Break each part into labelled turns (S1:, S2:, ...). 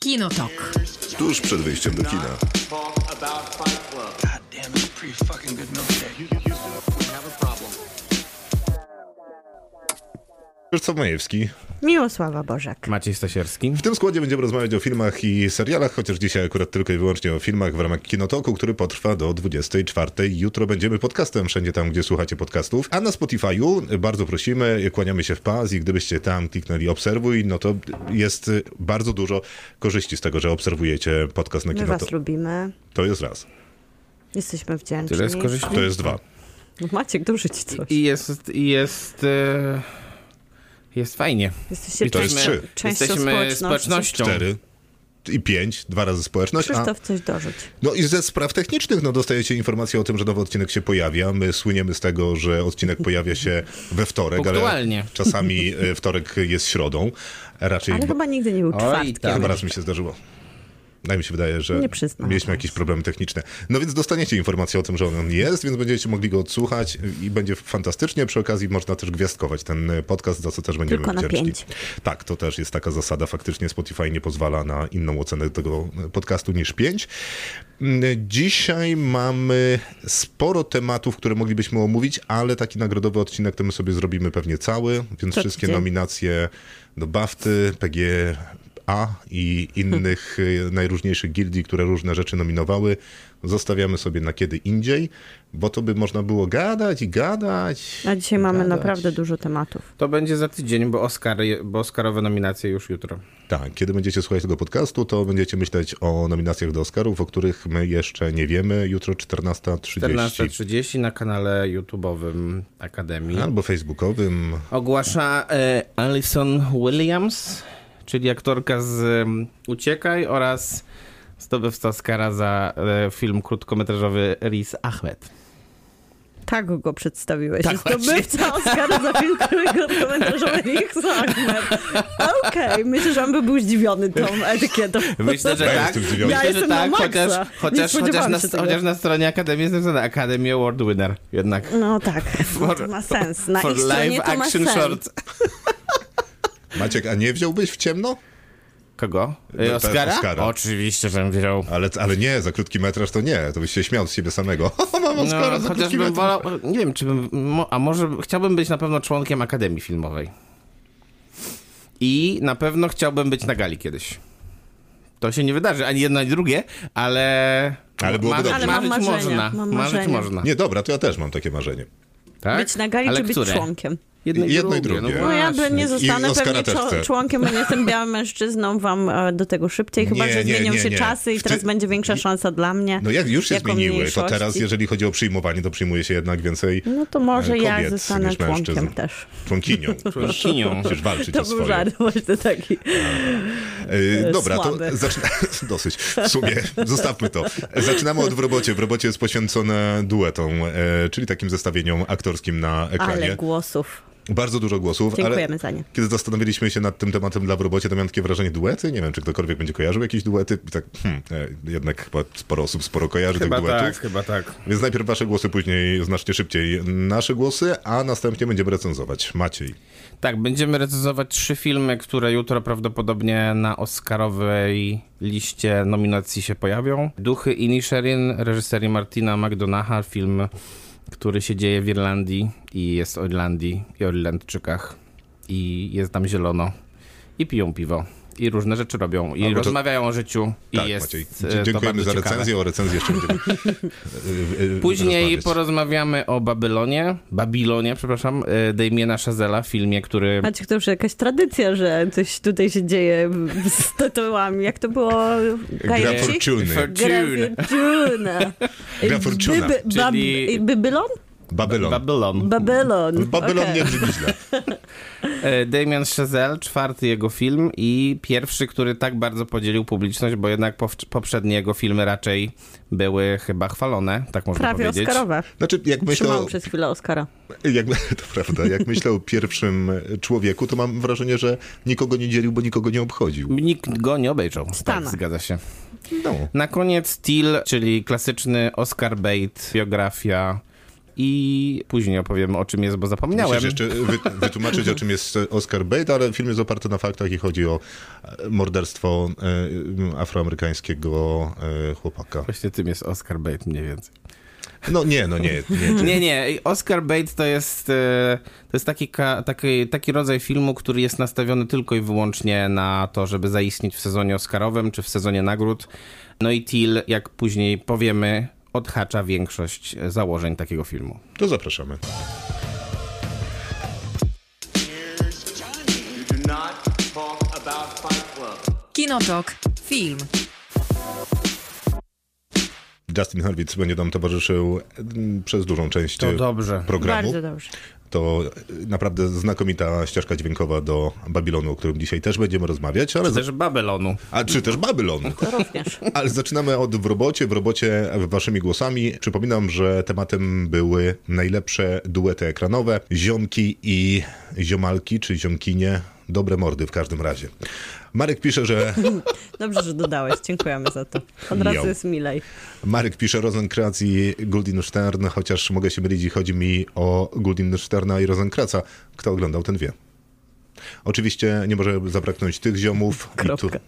S1: Kinotok.
S2: Tuż przed wyjściem do kina. Krzysztof Majewski.
S3: Miłosława Bożek.
S4: Maciej Stasierski.
S2: W tym składzie będziemy rozmawiać o filmach i serialach, chociaż dzisiaj akurat tylko i wyłącznie o filmach w ramach Kinotoku, który potrwa do 24. Jutro będziemy podcastem wszędzie tam, gdzie słuchacie podcastów. A na Spotify'u bardzo prosimy, kłaniamy się w pas i gdybyście tam kliknęli obserwuj, no to jest bardzo dużo korzyści z tego, że obserwujecie podcast na Kinotoku.
S3: My was lubimy.
S2: To jest raz.
S3: Jesteśmy wdzięczni.
S4: Tyle jest korzyści?
S2: To jest dwa.
S3: No Maciek, dorzuć coś.
S4: Jest fajnie.
S3: Jesteście
S2: to jest trzy.
S4: Jesteśmy społecznością.
S2: 4 i 5, 2 razy społeczność.
S3: Krzysztof, coś dorzuć.
S2: No i ze spraw technicznych, no dostajecie informację o tym, że nowy odcinek się pojawia. My słyniemy z tego, że odcinek pojawia się we wtorek,
S4: punktualnie.
S2: Ale czasami wtorek jest środą. Raczej
S3: Ale chyba nigdy nie był czwartkiem.
S4: tak.
S2: chyba raz mi się zdarzyło. Tak mi się wydaje, że mieliśmy jakieś problemy techniczne. No więc dostaniecie informację o tym, że on jest, więc będziecie mogli go odsłuchać i będzie fantastycznie. Przy okazji można też gwiazdkować ten podcast, za co też będziemy
S3: tylko
S2: wdzięczni.
S3: Na 5.
S2: Tak, to też jest taka zasada. Faktycznie Spotify nie pozwala na inną ocenę tego podcastu niż 5. Dzisiaj mamy sporo tematów, które moglibyśmy omówić, ale taki nagrodowy odcinek to my sobie zrobimy pewnie cały, więc
S3: Co
S2: wszystkie
S3: tydzień?
S2: nominacje do BAFTY, PGA i innych najróżniejszych gildii, które różne rzeczy nominowały, zostawiamy sobie na kiedy indziej, bo to by można było gadać i gadać.
S3: A dzisiaj mamy naprawdę dużo tematów.
S4: To będzie za tydzień, bo Oscarowe nominacje już jutro.
S2: Tak, kiedy będziecie słuchać tego podcastu, to będziecie myśleć o nominacjach do Oscarów, o których my jeszcze nie wiemy. Jutro 14:30.
S4: 14:30 na kanale YouTube'owym Akademii.
S2: Albo facebookowym.
S4: Ogłasza Alison Williams, czyli aktorka z Uciekaj oraz zdobywca Oscara za film krótkometrażowy Riz Ahmed.
S3: Tak go przedstawiłeś.
S4: Tak,
S3: jest zdobywca Oscara za film krótkometrażowy Riz Ahmed. Okej, myślę, że on by był zdziwiony tą etykietą.
S4: Myślę, że
S2: Ja
S4: tak.
S2: jestem zdziwiony.
S3: Ja
S4: Myślę, że
S3: jestem
S4: tak,
S3: na maksa.
S4: chociaż na stronie Akademii jest napisane Academy Award winner jednak.
S3: No tak, to ma sens. Na
S4: For
S3: ich stronie
S4: live
S3: to ma
S4: action
S3: sens.
S4: short.
S2: Maciek, a nie wziąłbyś w ciemno?
S4: Kogo?
S2: No,
S4: Oscara?
S2: Oscara.
S4: Oczywiście, żebym wziął.
S2: Ale nie, za krótki metraż to nie. To byś się śmiał z siebie samego. Mam Oscara za
S4: chociaż
S2: krótki
S4: bym
S2: metraż.
S4: wolał, nie wiem, czy bym, a może chciałbym być na pewno członkiem Akademii Filmowej. I na pewno chciałbym być na gali kiedyś. To się nie wydarzy, ani jedno, ani drugie, ale
S2: byłoby dobrze.
S3: Ale mam
S4: marzyć
S3: marzenia,
S4: można.
S3: mam
S4: Marzyć
S3: marzenia.
S4: można.
S2: Nie, dobra, to ja też mam takie marzenie.
S4: Tak?
S3: Być na gali
S4: Ale
S3: czy być
S4: które?
S3: członkiem?
S4: Jedno i
S2: drugie.
S3: No ja
S4: właśnie.
S3: nie
S2: I
S3: zostanę
S2: Oscara
S3: pewnie
S2: też chcę.
S3: członkiem, bo nie jestem białym mężczyzną, wam do tego szybciej, chyba że zmienią się czasy i teraz będzie większa szansa dla mnie.
S2: No jak już się
S3: jako
S2: zmieniły, to
S3: mniejszości.
S2: teraz jeżeli chodzi o przyjmowanie, to przyjmuje się jednak więcej
S3: No to może ja
S2: kobiet
S3: zostanę
S2: niż mężczyzn.
S3: członkiem też.
S2: Członkinią.
S4: Członkinią.
S2: Musisz walczyć
S3: To
S2: o
S3: był
S2: swoje.
S3: żart właśnie taki.
S2: Dobra,
S3: słaby.
S2: to dosyć. W sumie, zostawmy to. Zaczynamy od W robocie. W robocie jest poświęcone duetom, czyli takim zestawieniom aktorskim na ekranie.
S3: Ale głosów.
S2: Bardzo dużo głosów,
S3: Dziękujemy
S2: ale
S3: za nie.
S2: kiedy zastanowiliśmy się nad tym tematem dla W robocie, to miałem takie wrażenie, duety? Nie wiem, czy ktokolwiek będzie kojarzył jakieś duety. I tak, jednak chyba sporo osób kojarzy tych duetów.
S4: Chyba tak.
S2: Więc najpierw wasze głosy, później znacznie szybciej nasze głosy, a następnie będziemy recenzować. Maciej.
S4: Tak, będziemy recenzować 3 filmy, które jutro prawdopodobnie na Oscarowej liście nominacji się pojawią. Duchy Inisherin, reżyserii Martina McDonagh'a, film, który się dzieje w Irlandii i jest o Irlandii i o Irlandczykach i jest tam zielono i piją piwo i różne rzeczy robią i rozmawiają o życiu i
S2: Tak,
S4: jest
S2: Maciej.
S4: to
S2: Dziękujemy za
S4: bardzo ciekawe.
S2: recenzję. O recenzji jeszcze będziemy
S4: Później
S2: rozmawiać.
S4: porozmawiamy o Babilonie, Damiena Chazella, filmie, który...
S3: Maciek, to już jakaś tradycja, że coś tutaj się dzieje z tytułami. Jak to było?
S2: Gra Fortuny.
S3: Fortuna.
S2: Gra Fortuna.
S4: Czyli-
S3: Babylon?
S2: Babylon.
S3: Babylon.
S2: Babylon
S3: Okej.
S2: nie brzmi źle.
S4: Damien Chazelle, 4. jego film i pierwszy, który tak bardzo podzielił publiczność, bo jednak poprzednie jego filmy raczej były chyba chwalone, tak można
S3: Prawie
S4: powiedzieć.
S3: Oscarowe.
S2: Znaczy, jak myślę
S3: Trzymał
S2: o,
S3: przez chwilę Oscara.
S2: to prawda, jak myślę o pierwszym człowieku, to mam wrażenie, że nikogo nie dzielił, bo nikogo nie obchodził.
S4: Nikt go nie obejrzał. Tak,
S3: Stanach.
S4: zgadza się.
S2: No.
S4: Na koniec Steel, czyli klasyczny Oscar bait, biografia i później opowiemy, o czym jest, bo zapomniałem.
S2: Musisz jeszcze wytłumaczyć, o czym jest Oscar Bate, ale film jest oparty na faktach i chodzi o morderstwo afroamerykańskiego chłopaka.
S4: Właśnie tym jest Oscar Bate mniej więcej.
S2: No nie.
S4: Nie. Oscar Bate to jest taki rodzaj filmu, który jest nastawiony tylko i wyłącznie na to, żeby zaistnieć w sezonie oscarowym czy w sezonie nagród. No i Till, jak później powiemy, odhacza większość założeń takiego filmu.
S2: To zapraszamy.
S1: Kinotok. Film.
S2: Justin Hurwitz będzie nam towarzyszył przez dużą część
S4: To dobrze.
S2: programu.
S3: Bardzo dobrze.
S2: To naprawdę znakomita ścieżka dźwiękowa do Babilonu, o którym dzisiaj też będziemy rozmawiać. Ale
S4: Też Babylonu.
S2: czy też Babylonu.
S3: To również.
S2: Ale zaczynamy od w robocie waszymi głosami. Przypominam, że tematem były najlepsze duety ekranowe, ziomki i ziomalki, czy ziomkinie. Dobre mordy w każdym razie. Marek pisze, że...
S3: Dobrze, że dodałeś. Dziękujemy za to. Od razu jest milej.
S2: Marek pisze Rosenkranz i Guildenstern, chociaż mogę się mylić i chodzi mi o Guildensterna i Rosenkranza. Kto oglądał, ten wie. Oczywiście nie może zabraknąć tych ziomów.
S3: Kropka.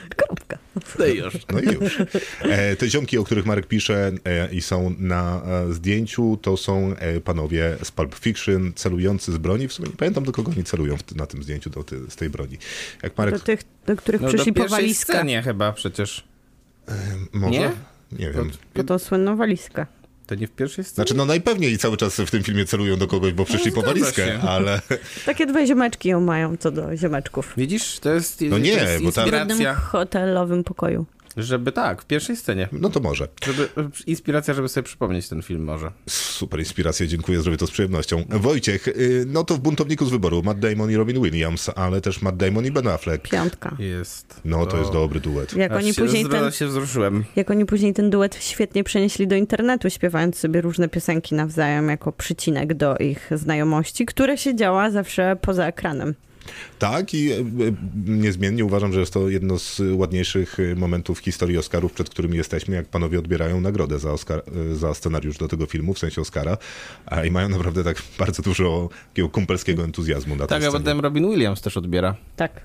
S4: No i już.
S2: No i już. Te ziomki, o których Marek pisze i są na zdjęciu, to są panowie z Pulp Fiction celujący z broni. W sumie nie pamiętam, do kogo oni celują na tym zdjęciu z tej broni. Jak Marek...
S3: Do tych, do których
S4: No
S3: przyszli
S4: do
S3: po
S4: pierwszej
S3: walizkę.
S4: scenie chyba przecież.
S2: Może?
S4: Nie?
S2: Nie wiem.
S3: Po tą słynną walizkę.
S4: To nie w pierwszej scenie?
S2: Znaczy, no najpewniej cały czas w tym filmie celują do kogoś, bo przyszli po
S4: zgadza
S2: walizkę,
S4: się.
S2: ale...
S3: Takie dwie ziomeczki ją mają, co do ziomeczków.
S4: Widzisz, to jest,
S2: No nie,
S4: to jest
S2: bo ta-
S3: W jednym
S4: inspiracja,
S3: hotelowym pokoju.
S4: żeby tak, w pierwszej scenie.
S2: No to może.
S4: Inspiracja, żeby sobie przypomnieć ten film może.
S2: Super inspiracja, dziękuję, zrobię to z przyjemnością. Wojciech, no to w Buntowniku z wyboru Matt Damon i Robin Williams, ale też Matt Damon i Ben Affleck.
S3: 5.
S4: Jest.
S2: No to jest dobry duet.
S3: Jak oni,
S4: się wzruszyłem.
S3: jak oni później ten duet świetnie przenieśli do internetu, śpiewając sobie różne piosenki nawzajem jako przycinek do ich znajomości, które się działa zawsze poza ekranem.
S2: Tak i niezmiennie uważam, że jest to jedno z ładniejszych momentów w historii Oscarów, przed którymi jesteśmy, jak panowie odbierają nagrodę za scenariusz do tego filmu, w sensie Oscara. I mają naprawdę tak bardzo dużo takiego kumpelskiego entuzjazmu na tej
S4: Tak, a
S2: scenie.
S4: potem Robin Williams też odbiera.
S3: Tak.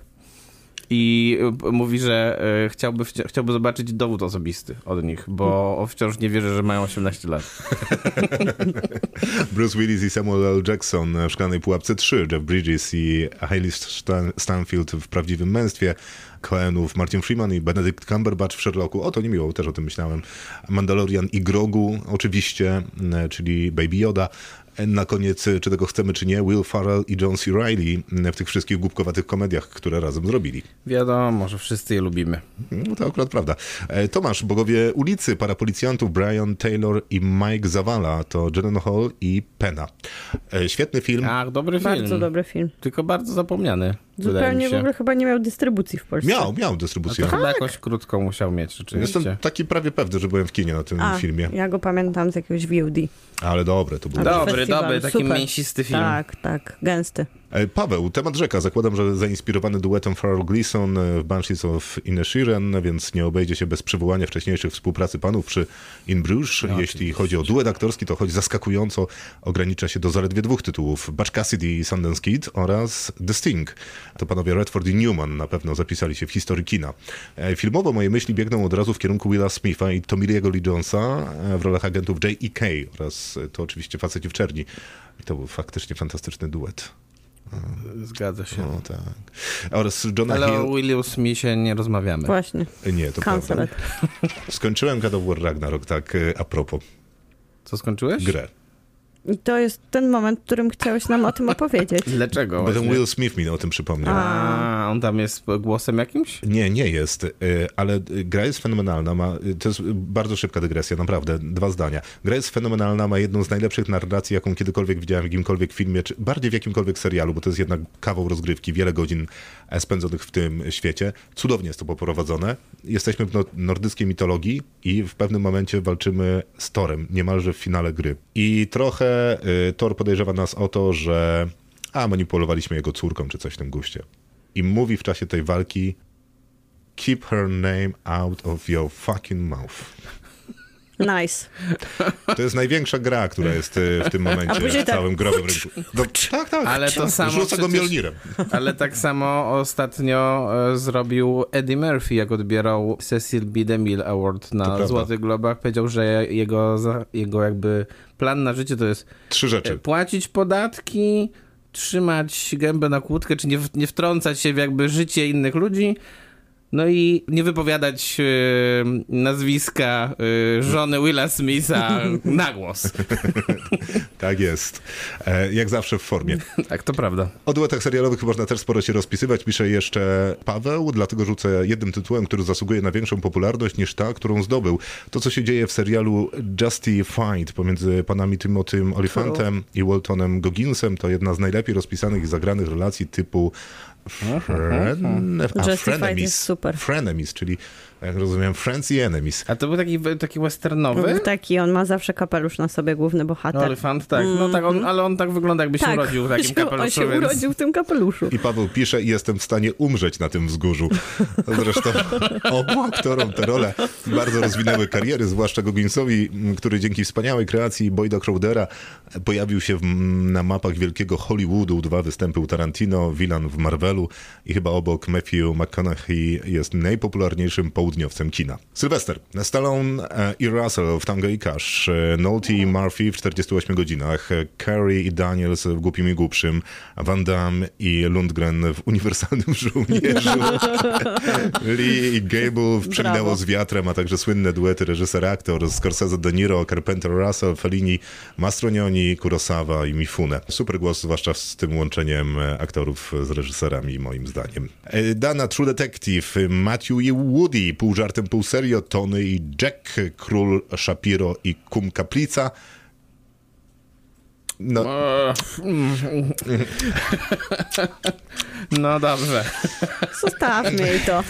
S4: I mówi, że chciałby zobaczyć dowód osobisty od nich, bo wciąż nie wierzy, że mają 18 lat.
S2: Bruce Willis i Samuel L. Jackson w Szklanej Pułapce 3, Jeff Bridges i Hayley Stanfield w Prawdziwym Męstwie, Coenów Martin Freeman i Benedict Cumberbatch w Sherlocku. O, to niemiło, też o tym myślałem. Mandalorian i Grogu oczywiście, czyli Baby Yoda. Na koniec, czy tego chcemy, czy nie, Will Ferrell i John C. Reilly w tych wszystkich głupkowatych komediach, które razem zrobili.
S4: Wiadomo, że wszyscy je lubimy.
S2: No to akurat prawda. Tomasz, bogowie ulicy, para policjantów Brian Taylor i Mike Zavala to Gyllenhaal i Penna. Świetny film.
S4: Ach, dobry film.
S3: Bardzo dobry film.
S4: Tylko bardzo zapomniany. wydaje mi
S3: Zupełnie
S4: się.
S3: w ogóle chyba nie miał dystrybucji w Polsce.
S2: Miał
S4: A
S2: dystrybucję.
S4: to chyba jakąś krótką musiał mieć, rzeczywiście.
S2: Jestem taki prawie pewny, że byłem w kinie na tym filmie.
S3: Ja go pamiętam z jakiegoś VOD.
S2: Ale dobre to było.
S3: Dobra.
S4: Dobry,
S3: Festiwal,
S4: taki
S3: super.
S4: mięsisty film.
S3: Tak, gęsty.
S2: Paweł, temat rzeka. Zakładam, że zainspirowany duetem Farrell Gleason w Banshees of Inisherin, więc nie obejdzie się bez przywołania wcześniejszych współpracy panów przy In Bruges. Jeśli chodzi o duet aktorski, to choć zaskakująco ogranicza się do zaledwie 2 tytułów. Butch Cassidy i Sundance Kid oraz The Sting. To panowie Redford i Newman na pewno zapisali się w historii kina. Filmowo moje myśli biegną od razu w kierunku Willa Smitha i Tommy'ego Lee Jonesa w rolach agentów J.E.K. oraz to oczywiście Faceci w czerni. I to był faktycznie fantastyczny duet.
S4: Zgadza się.
S2: O, tak. Oraz Johna
S4: Ale
S2: Hill.
S4: o Willu Smithie nie rozmawiamy.
S3: Właśnie.
S2: Nie, to prawda.
S3: Canceled.
S2: Skończyłem God of War Ragnarok, tak a propos.
S4: Co skończyłeś?
S2: Grę.
S3: I to jest ten moment, w którym chciałeś nam o tym opowiedzieć.
S4: Dlaczego
S2: Bo ten
S4: właśnie?
S2: Will Smith mi o tym przypomniał.
S4: A, on tam jest głosem jakimś?
S2: Nie jest, ale gra jest fenomenalna. To jest bardzo szybka dygresja, naprawdę. 2 zdania. Gra jest fenomenalna, ma jedną z najlepszych narracji, jaką kiedykolwiek widziałem w jakimkolwiek filmie, czy bardziej w jakimkolwiek serialu, bo to jest jednak kawał rozgrywki, wiele godzin spędzonych w tym świecie. Cudownie jest to poprowadzone. Jesteśmy w nordyckiej mitologii i w pewnym momencie walczymy z Thorem, niemalże w finale gry. I trochę Thor podejrzewa nas o to, że manipulowaliśmy jego córką, czy coś w tym guście. I mówi w czasie tej walki: keep her name out of your fucking mouth.
S3: Nice.
S2: To jest największa gra, która jest w tym momencie
S3: później
S2: w całym growym rynku. No, tak.
S4: Ale to samo
S2: Rzuca go
S4: przecież-
S2: Mjolnirem.
S4: Ale tak samo ostatnio zrobił Eddie Murphy, jak odbierał Cecil B. DeMille Award na
S2: prawda.
S4: Złotych Globach. Powiedział, że jego jakby plan na życie to jest
S2: 3 rzeczy.
S4: płacić podatki, trzymać gębę na kłódkę, czy nie wtrącać się w jakby życie innych ludzi, no i nie wypowiadać nazwiska żony Willa Smitha na głos.
S2: Tak jest. Jak zawsze w formie.
S4: Tak, to prawda.
S2: O duetach serialowych można też sporo się rozpisywać. Pisze jeszcze Paweł, dlatego rzucę jednym tytułem, który zasługuje na większą popularność niż ta, którą zdobył. To, co się dzieje w serialu Justified pomiędzy panami Timothym Olifantem i Waltonem Gogginsem, to jedna z najlepiej rozpisanych i zagranych relacji typu
S3: Justified jest super.
S2: Frenemies, czyli jak rozumiem Friends i Enemies.
S4: A to był taki westernowy?
S3: Taki, on ma zawsze kapelusz na sobie, główny bohater.
S4: Olifant, tak. No tak, ale on tak wygląda, jakby się urodził w takim kapeluszu.
S3: On się
S4: więc...
S3: urodził w tym kapeluszu.
S2: I Paweł pisze i jestem w stanie umrzeć na tym wzgórzu. Zresztą obu aktorom te role bardzo rozwinęły kariery, zwłaszcza Gogginsowi, który dzięki wspaniałej kreacji Boyda Crowdera pojawił się na mapach wielkiego Hollywoodu, 2 występy u Tarantino, Villain w Marvelu i chyba obok Matthew McConaughey jest najpopularniejszym południowcem kina. Sylwester, Stallone i Russell w Tango i Cash, Nolte i Murphy w 48 godzinach, Carey i Daniels w Głupim i Głupszym, Van Damme i Lundgren w Uniwersalnym Żołnierzu, Lee i Gable w Przeminęło
S3: Brawo.
S2: z wiatrem, a także słynne duety reżyser-aktor, Scorsese, De Niro, Carpenter, Russell, Fellini, Mastroianni, Kurosawa i Mifune. Super głos, zwłaszcza z tym łączeniem aktorów z reżyserami, moim zdaniem. Dana, True Detective, Matthew i Woody, pół żartem, pół serio, Tony i Jack, Król Shapiro i Kum Kaplica. No,
S4: No dobrze.
S3: Zostawmy jej to.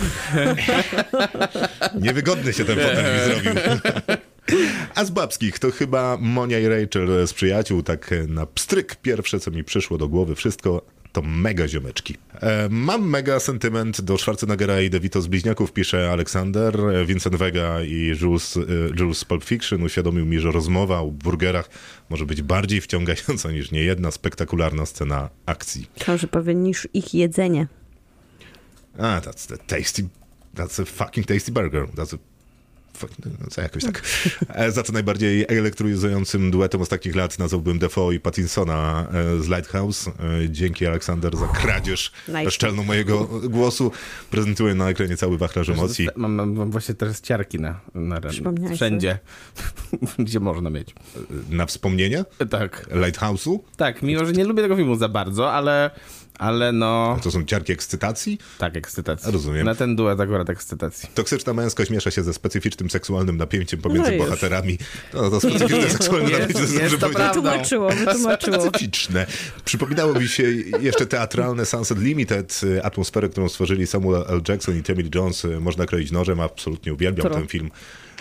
S2: niewygodny się ten fotel mi zrobił. A z babskich to chyba Monia i Rachel z Przyjaciół, tak na pstryk pierwsze, co mi przyszło do głowy, wszystko to mega ziomeczki. Mam mega sentyment do Schwarzeneggera i DeVito z Bliźniaków, pisze Aleksander. Vincent Vega i Jules z Pulp Fiction uświadomił mi, że rozmowa o burgerach może być bardziej wciągająca niż niejedna spektakularna scena akcji.
S3: Myślałam, że powie niż ich jedzenie.
S2: That's a fucking tasty burger. Co jakoś tak. Za to najbardziej elektryzującym duetem ostatnich lat nazwałbym Defoe i Pattinsona z Lighthouse. Dzięki Aleksander za kradzież bezczelną mojego głosu. Prezentuję na ekranie cały wachlarz emocji.
S4: Mam właśnie teraz ciarki na wszędzie, gdzie można mieć.
S2: Na wspomnienie
S4: Tak.
S2: Lighthouse'u?
S4: Tak, mimo że nie lubię tego filmu za bardzo, ale no...
S2: To są ciarki ekscytacji?
S4: Tak, ekscytacji.
S2: Rozumiem.
S4: Na ten duet akurat ekscytacji.
S2: Toksyczna męskość miesza się ze specyficznym seksualnym napięciem pomiędzy
S3: No już.
S2: bohaterami. No to specyficzne seksualne napięcie, to jest dobrze
S4: to
S2: powiedziane.
S4: prawda.
S3: Wytłumaczyło.
S2: Specyficzne. Przypominało mi się jeszcze teatralne Sunset Limited, atmosferę, którą stworzyli Samuel L. Jackson i Tommy Lee Jones. Można kroić nożem, absolutnie uwielbiam ten film,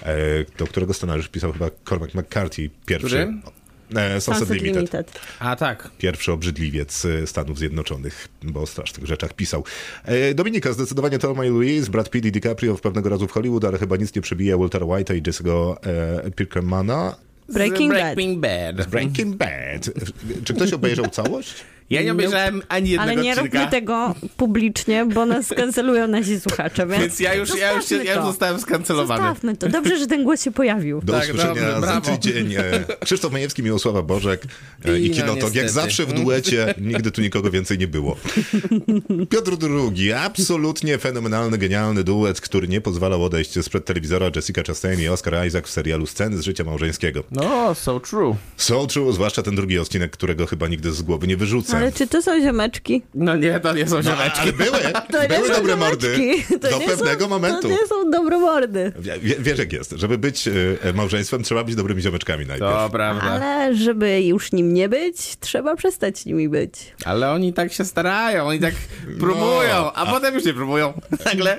S2: do którego scenariusz pisał chyba Cormac McCarthy, pierwszy.
S4: Który?
S2: Sunset Limited.
S4: A tak.
S2: Pierwszy obrzydliwiec Stanów Zjednoczonych, bo o strasznych rzeczach pisał. Dominika, zdecydowanie Thelma i Louise, Brad Pitt i DiCaprio w pewnego razu w Hollywood, ale chyba nic nie przebija Waltera White'a i Jesse'ego Perlmana.
S3: Breaking Bad.
S2: Breaking Bad. Czy ktoś obejrzał całość?
S4: Ja nie obejrzałem ani jednego
S3: Ale nie
S4: odcinka.
S3: róbmy tego publicznie, bo nas skancelują nasi słuchacze,
S4: Więc ja już zostałem skancelowany.
S3: Zostawmy to. Dobrze, że ten głos się pojawił.
S2: Do
S4: Tak,
S2: usłyszenia
S4: dobrze,
S2: za
S4: brawo.
S2: tydzień. Krzysztof Majewski, Miłosława Bożek i
S4: no,
S2: Kinotok. Jak
S4: niestety.
S2: zawsze w duecie, nigdy tu nikogo więcej nie było. Piotr II, absolutnie fenomenalny, genialny duet, który nie pozwalał odejść sprzed telewizora. Jessica Chastain i Oscar Isaac w serialu Sceny z życia małżeńskiego.
S4: No, so true.
S2: So true, zwłaszcza ten drugi odcinek, którego chyba nigdy z głowy nie wyrzucę.
S3: Ale czy to są ziomeczki?
S4: No nie, to nie są
S2: No,
S4: ziomeczki.
S2: ale były
S3: są
S2: dobre mordy.
S3: ziomeczki. To
S2: Do
S3: nie
S2: pewnego
S3: są,
S2: momentu.
S3: To nie są dobre mordy.
S2: Wiesz jak jest, żeby być małżeństwem, trzeba być dobrymi ziomeczkami najpierw.
S4: To prawda.
S3: Ale żeby już nim nie być, trzeba przestać nimi być.
S4: Ale oni tak się starają, oni tak próbują, a potem już nie próbują. Nagle.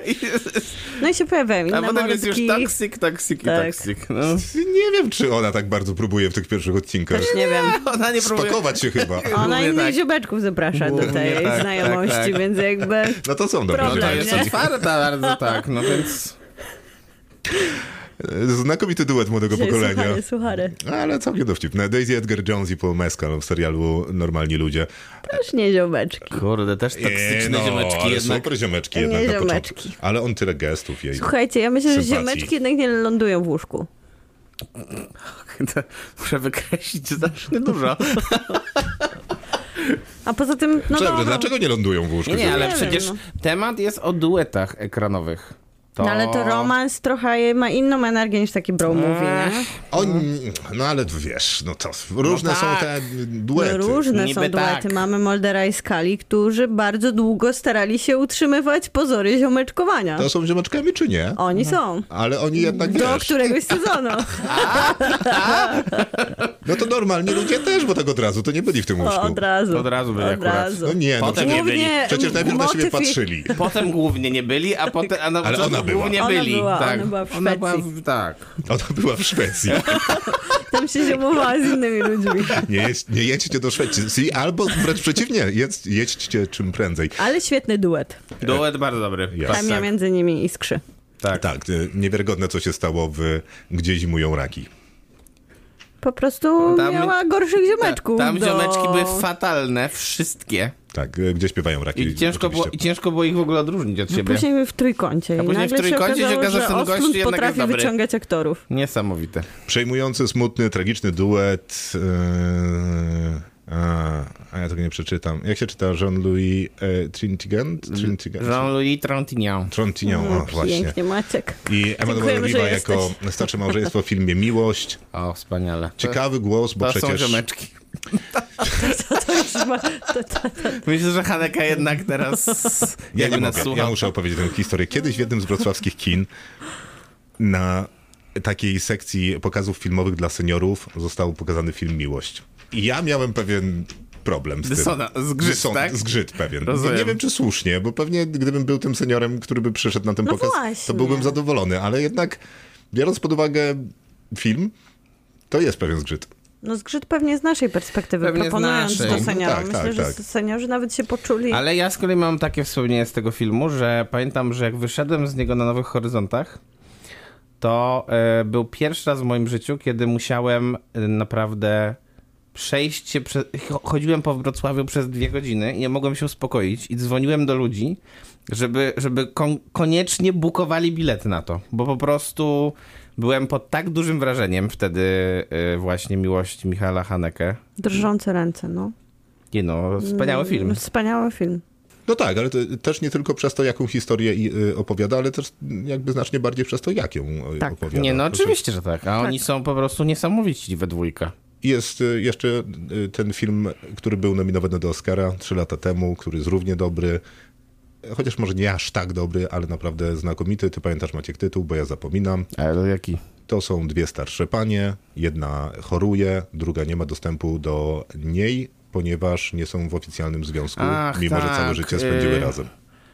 S3: No i się pojawiają inne
S4: A potem jest już
S3: mordki.
S4: toxic i
S3: Tak.
S4: toxic. No.
S2: Nie wiem, czy ona tak bardzo próbuje w tych pierwszych odcinkach.
S3: Nie wiem.
S4: Ona nie próbuje.
S2: Spakować się chyba.
S3: Ona
S4: Głównie
S3: innych
S4: tak.
S3: ziomeczków zaprasza do
S4: Głównie
S3: tej
S4: tak,
S3: znajomości,
S4: tak.
S3: więc jakby...
S2: No to są dobre
S3: Problem,
S4: To
S2: ziomeczki.
S4: jest
S3: nie?
S4: otwarta bardzo, tak, no więc...
S2: Znakomity duet młodego pokolenia.
S3: Suchary.
S2: Ale całkiem dowcipne. Daisy Edgar Jones i Paul Mescal w serialu Normalni Ludzie.
S3: Też nie ziomeczki.
S4: Kurde, też toksyczne ziomeczki
S2: ale
S4: jednak.
S2: super ziomeczki
S3: Nie
S2: jednak na
S3: ziomeczki.
S2: początku. Ale on tyle gestów jej.
S3: Słuchajcie, ja myślę, że
S2: Sympatii.
S3: ziomeczki jednak nie lądują w łóżku.
S4: Muszę wykreślić znacznie dużo.
S3: A poza tym, no
S2: Czemu?
S3: dobra.
S2: Dlaczego nie lądują w łóżku?
S4: Nie, ale
S3: wiem,
S4: przecież
S3: no.
S4: temat jest o duetach ekranowych. To...
S3: No ale to romans trochę ma inną energię niż taki bro movie, nie?
S2: No ale wiesz, no to różne
S4: tak.
S2: są te duety.
S3: No różne
S4: Niby
S3: są duety.
S4: tak.
S3: Mamy Muldera i Scully, którzy bardzo długo starali się utrzymywać pozory ziomeczkowania.
S2: To są ziomeczkami czy nie?
S3: Oni są.
S2: Ale oni jednak,
S3: Do
S2: wiesz,
S3: któregoś sezonu.
S2: no to normalni ludzie też, bo tak od razu to nie byli w tym łóżku.
S3: Od razu.
S4: Od razu byli
S3: Od
S4: akurat.
S3: razu.
S2: No nie, no
S4: Potem
S2: przecież,
S4: nie byli.
S2: przecież najpierw na siebie
S3: motyw ich-
S2: patrzyli.
S4: Potem głównie nie byli, a potem a na
S2: Ale
S4: początku
S2: ona była.
S4: głównie
S3: Ona
S4: byli.
S3: była,
S4: tak.
S3: ona była w
S4: Ona
S3: Szwecji.
S4: tak.
S2: Ona była w Szwecji.
S3: Tam się ziomowała z innymi ludźmi.
S2: Nie jedźcie do Szwecji, albo wręcz przeciwnie, jedźcie czym prędzej.
S3: Ale świetny duet.
S4: Duet bardzo dobry.
S2: Jasne.
S3: Chemia między nimi iskrzy.
S2: Tak, niewiarygodne co się stało w Gdzie zimują raki.
S3: Po prostu
S4: Tam-
S3: miała gorszych ziomeczków.
S4: Tam
S3: do...
S4: ziomeczki były fatalne, wszystkie.
S2: Tak, Gdzie śpiewają raki.
S4: I ciężko było ich w ogóle odróżnić od siebie.
S3: Później w trójkącie.
S4: A
S3: I
S4: później w
S3: nagle
S4: trójkącie się
S3: się okazało,
S4: okazało, że
S3: że
S4: ten gościu
S3: Ostlund
S4: jednak
S3: potrafi
S4: jest dobry.
S3: wyciągać aktorów.
S4: Niesamowite.
S2: Przejmujący, smutny, tragiczny duet. A ja tego nie przeczytam. Jak się czyta? Jean-Louis Trintignant?
S4: Jean-Louis Trintignant.
S2: Trintignant, o właśnie.
S3: Pięknie, Maciek.
S2: I Emmanuel
S3: Dziękujemy, że
S2: Oliva jako starsze małżeństwo w filmie Miłość.
S4: O, wspaniale.
S2: Ciekawy głos, bo
S4: To są
S2: przecież...
S4: ziomeczki.
S3: To już ma...
S4: Myślę, że Haneka jednak teraz
S2: Ja
S4: jakby
S2: nie
S4: nas
S2: mogę, ja
S4: słuchał.
S2: muszę opowiedzieć tę historię. Kiedyś w jednym z wrocławskich kin na takiej sekcji pokazów filmowych dla seniorów został pokazany film Miłość. I ja miałem pewien problem z tym.
S4: Tak?
S2: Zgrzyt pewien.
S4: Rozumiem.
S2: Nie wiem, czy słusznie, bo pewnie gdybym był tym seniorem, który by przyszedł na ten
S3: No
S2: pokaz,
S3: właśnie.
S2: to byłbym zadowolony, ale jednak biorąc pod uwagę film, to jest pewien zgrzyt.
S3: No zgrzyt pewnie z naszej perspektywy,
S4: Pewnie z
S3: proponując
S4: naszej.
S3: to seniorom.
S2: Tak,
S3: Myślę,
S2: tak,
S3: że
S2: tak.
S3: seniorzy nawet się poczuli...
S4: Ale ja z kolei mam takie wspomnienie z tego filmu, że pamiętam, że jak wyszedłem z niego na Nowych Horyzontach, to był pierwszy raz w moim życiu, kiedy musiałem naprawdę przejść się chodziłem po Wrocławiu przez 2 godziny i nie mogłem się uspokoić i dzwoniłem do ludzi, żeby koniecznie bukowali bilety na to, bo po prostu byłem pod tak dużym wrażeniem wtedy właśnie Miłości Michaela Haneke.
S3: Drżące ręce, no.
S4: Nie no, wspaniały film.
S3: Wspaniały film.
S2: No tak, ale to też nie tylko przez to, jaką historię opowiada, ale też jakby znacznie bardziej przez to, jak ją
S3: Tak.
S2: opowiada.
S4: Nie no,
S2: Proszę.
S4: oczywiście, że tak. A oni są po prostu niesamowici we dwójkę.
S2: Jest jeszcze ten film, który był nominowany do Oscara 3 lata temu, który jest równie dobry, chociaż może nie aż tak dobry, ale naprawdę znakomity. Ty pamiętasz, Maciek, tytuł, bo ja zapominam.
S4: Ale jaki?
S2: To są 2 starsze panie, jedna choruje, druga nie ma dostępu do niej, ponieważ nie są w oficjalnym związku, mimo że całe życie spędziły razem.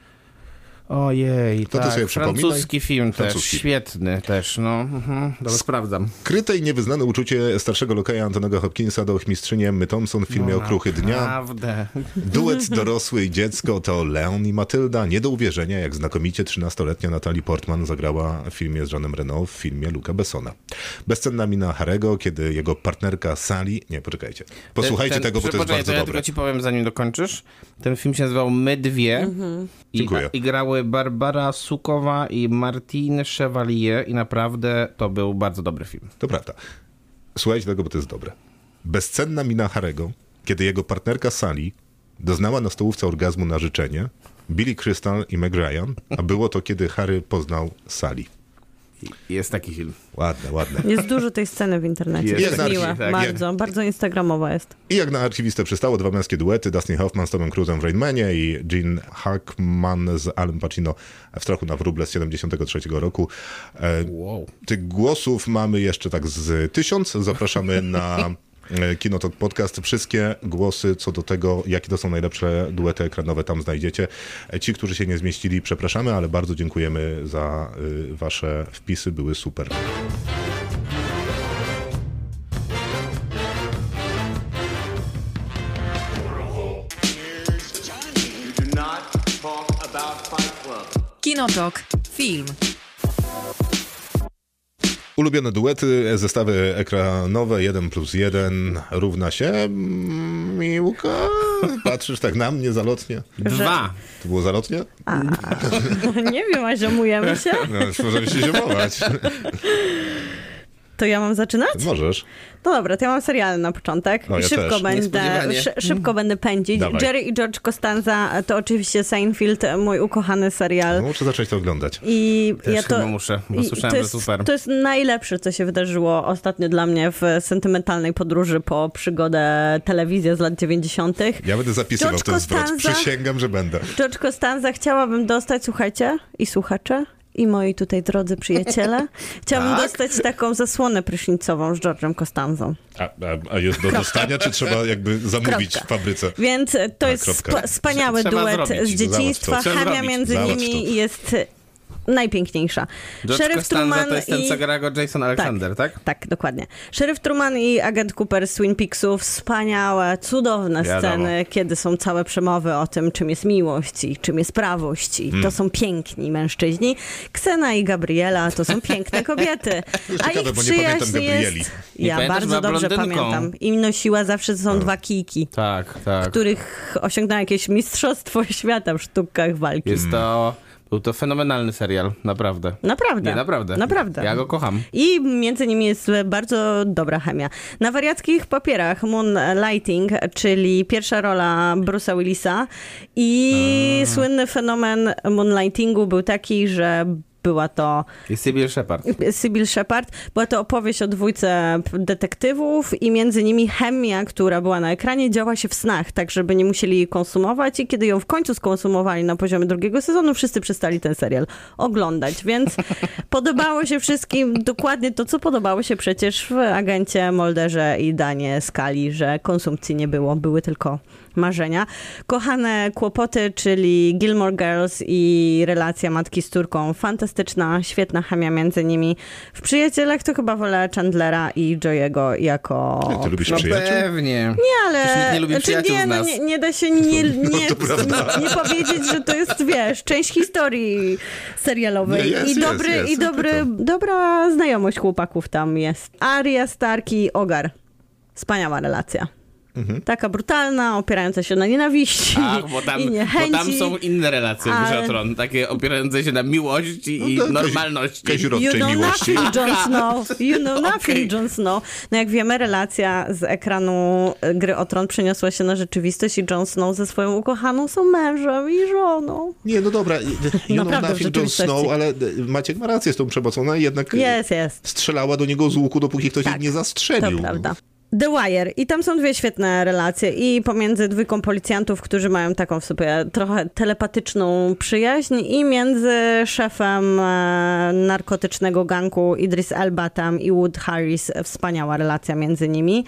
S4: Ojej,
S2: To ty
S4: tak.
S2: sobie przypominaj.
S4: Francuski film
S2: Francuski.
S4: też, świetny też, no. Dobra, sprawdzam.
S2: Skryte i niewyznane uczucie starszego lokaja Antonego Hopkinsa do ochmistrzyni Emmy Thompson w filmie Okruchy Dnia.
S4: Naprawdę.
S2: Duet dorosły i dziecko to Leon i Matylda. Nie do uwierzenia, jak znakomicie 13-letnia Natalie Portman zagrała w filmie z Jeanem Reno, w filmie Luca Bessona. Bezcenna mina Harego, kiedy jego partnerka Sally... Nie, poczekajcie. Posłuchajcie tego, bo to jest bardzo
S4: ja
S2: dobre.
S4: tylko ci powiem, zanim dokończysz. Ten film się nazywał My dwie.
S2: Dziękuję.
S4: I grały Barbara Sukowa i Martine Chevalier i naprawdę to był bardzo dobry film.
S2: To prawda. Słuchajcie tego, bo to jest dobre. Bezcenna mina Harego, kiedy jego partnerka Sally doznała na stołówce orgazmu na życzenie, Billy Crystal i Meg Ryan, a było to, kiedy Harry poznał Sally.
S4: Jest taki film.
S2: Ładne, ładne.
S3: Jest dużo tej sceny w internecie.
S4: Jest.
S3: Jest
S2: Jak na
S3: miła,
S2: archiwie, tak,
S3: bardzo instagramowa jest.
S2: I jak na archiwistę przystało, 2 męskie duety, Dustin Hoffman z Tomem Cruise'em w Rain Manie i Gene Hackman z Alem Pacino w Strachu na wróble z 73 roku.
S4: Wow.
S2: Tych głosów mamy jeszcze tak z 1000. Zapraszamy na Kinotok Podcast. Wszystkie głosy co do tego, jakie to są najlepsze duety ekranowe, tam znajdziecie. Ci, którzy się nie zmieścili, przepraszamy, ale bardzo dziękujemy za wasze wpisy, były super.
S1: Kinotok. Film.
S2: Ulubione duety, zestawy ekranowe 1+1 równa się... Miłka? Patrzysz tak na mnie zalotnie?
S4: 2.
S2: To było zalotnie?
S3: Nie wiem, a ziomujemy się?
S2: No, możemy się ziomować.
S3: To ja mam zaczynać?
S2: Możesz.
S3: No dobra, to ja mam seriale na początek.
S2: No, ja
S3: szybko
S2: też.
S4: Niespodziewanie.
S3: szybko będę pędzić.
S2: Dawaj.
S3: Jerry i George Costanza to oczywiście Seinfeld, mój ukochany serial.
S2: No, muszę zacząć to oglądać.
S3: I
S4: Też
S3: ja to,
S4: chyba muszę, bo
S3: i
S4: słyszałem,
S3: to
S4: że
S3: jest,
S4: super.
S3: To jest najlepsze, co się wydarzyło ostatnio dla mnie w sentymentalnej podróży po przygodę telewizja z lat 90.
S2: Ja będę zapisywał
S3: George
S2: ten zwrot.
S3: Costanza.
S2: Przysięgam, że będę.
S3: George Costanza chciałabym dostać, słuchajcie, i słuchacze, i moi tutaj drodzy przyjaciele, chciałabym
S2: Tak?
S3: dostać taką zasłonę prysznicową z George'em Costanzą.
S2: A jest do dostania, czy trzeba jakby zamówić
S3: Kropka.
S2: w fabryce?
S3: Więc to
S2: A,
S3: jest
S2: kropka.
S3: wspaniały
S4: Trzeba
S3: duet
S4: zrobić.
S3: z dzieciństwa.
S2: Załatw to.
S3: Chemia
S4: Trzeba
S3: między
S2: zrobić.
S3: nimi
S2: Załatw to.
S3: jest najpiękniejsza.
S4: George
S3: Szeryf
S4: Costanza
S3: Truman
S4: to jest ten, co gra go Jason Alexander, tak?
S3: Tak, dokładnie. Szeryf Truman i agent Cooper z Twin Peaksu, wspaniałe, cudowne
S4: Wiadomo.
S3: sceny, kiedy są całe przemowy o tym, czym jest miłość i czym jest prawość. I to są piękni mężczyźni. Ksena i Gabriela to są piękne kobiety. A
S2: Ciekawe,
S3: ich
S2: bo nie pamiętam
S3: przyjaźń
S2: Gabrieli.
S3: jest...
S4: Nie
S3: Ja
S4: pamiętasz,
S3: bardzo
S4: była
S3: dobrze
S4: blondynką.
S3: pamiętam. I nosiła zawsze, że są dwa kijki,
S4: Tak, tak.
S3: których osiągnęła jakieś mistrzostwo świata w sztukach walki.
S4: Był to fenomenalny serial, naprawdę.
S3: Naprawdę.
S4: Nie, naprawdę.
S3: Naprawdę.
S4: Ja go kocham.
S3: I między nimi jest bardzo dobra chemia. Na wariackich papierach Moonlighting, czyli pierwsza rola Bruce'a Willisa i słynny fenomen Moonlightingu był taki, że była to
S4: I Sybil Shepherd.
S3: Sybil Shepherd. Była to opowieść o dwójce detektywów i między nimi chemia, która była na ekranie, działa się w snach, tak żeby nie musieli jej konsumować i kiedy ją w końcu skonsumowali na poziomie drugiego sezonu, wszyscy przestali ten serial oglądać, więc podobało się wszystkim dokładnie to, co podobało się przecież w Agencie Mulderze i Danie Skali, że konsumpcji nie było, były tylko marzenia. Kochane kłopoty, czyli Gilmore Girls i relacja matki z córką. Fantastyczna, świetna chemia między nimi. W Przyjacielach to chyba wolę Chandlera i Joey'ego jako...
S2: Ty lubisz
S4: No
S2: przyjaciół?
S4: pewnie.
S3: Nie, ale...
S4: Przecież nikt nie lubi przyjaciół z
S3: no,
S4: nas.
S3: nie da się nie powiedzieć, że to jest, wiesz, część historii serialowej.
S2: Nie, jest, jest,
S3: Dobra znajomość chłopaków tam jest. Arya Stark i Ogar. Wspaniała relacja. Taka brutalna, opierająca się na nienawiści
S4: Ach,
S3: i niechęci.
S4: bo tam są inne relacje w Grze o Tron, takie opierające się na miłości i normalności.
S2: Kazirodczej
S3: You know
S2: miłości.
S3: nothing, Jon Snow. You know nothing,
S4: Okej.
S3: Jon Snow. No jak wiemy, relacja z ekranu Gry o Tron przeniosła się na rzeczywistość i Jon Snow ze swoją ukochaną są mężem i żoną.
S2: Nie, no dobra,
S3: Naprawdę, w
S2: nothing Jon
S3: rzeczywistości.
S2: Snow, ale Maciek ma rację z tą przemocą. Ona jednak
S3: Jest.
S2: strzelała do niego z łuku, dopóki ktoś jej nie
S3: To
S2: zastrzelił.
S3: prawda. The Wire. I tam są dwie świetne relacje. I pomiędzy dwójką policjantów, którzy mają taką w sobie trochę telepatyczną przyjaźń i między szefem narkotycznego gangu Idris Elba tam i Wood Harris. Wspaniała relacja między nimi.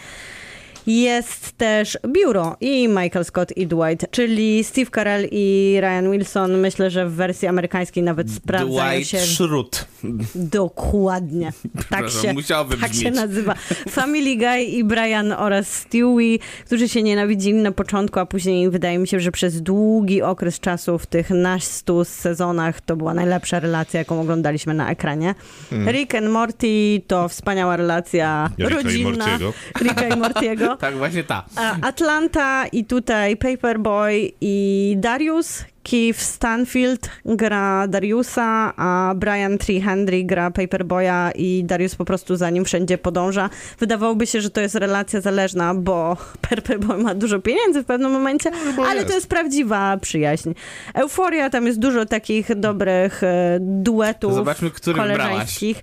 S3: Jest też Biuro i Michael Scott i Dwight, czyli Steve Carell i Ryan Wilson. Myślę, że w wersji amerykańskiej nawet sprawdzają
S4: Dwight
S3: się...
S4: Schrute.
S3: Dokładnie. Tak
S4: Przepraszam, musiało
S3: tak się
S4: wybrzmieć.
S3: nazywa. Family Guy i Brian oraz Stewie, którzy się nienawidzili na początku, a później wydaje mi się, że przez długi okres czasu w tych nastu sezonach to była najlepsza relacja, jaką oglądaliśmy na ekranie. Rick and Morty to wspaniała relacja
S2: Ricka i
S3: rodzinna.
S2: Mortiego.
S3: Ricka i Mortiego.
S4: Tak, właśnie ta.
S3: Atlanta i tutaj Paperboy i Darius. Keith Stanfield gra Dariusa, a Brian Tree Henry gra Paperboya i Darius po prostu za nim wszędzie podąża. Wydawałoby się, że to jest relacja zależna, bo Paperboy ma dużo pieniędzy w pewnym momencie, ale to jest prawdziwa przyjaźń. Euforia, tam jest dużo takich dobrych duetów
S4: To zobaczmy, który
S3: koleżeńskich.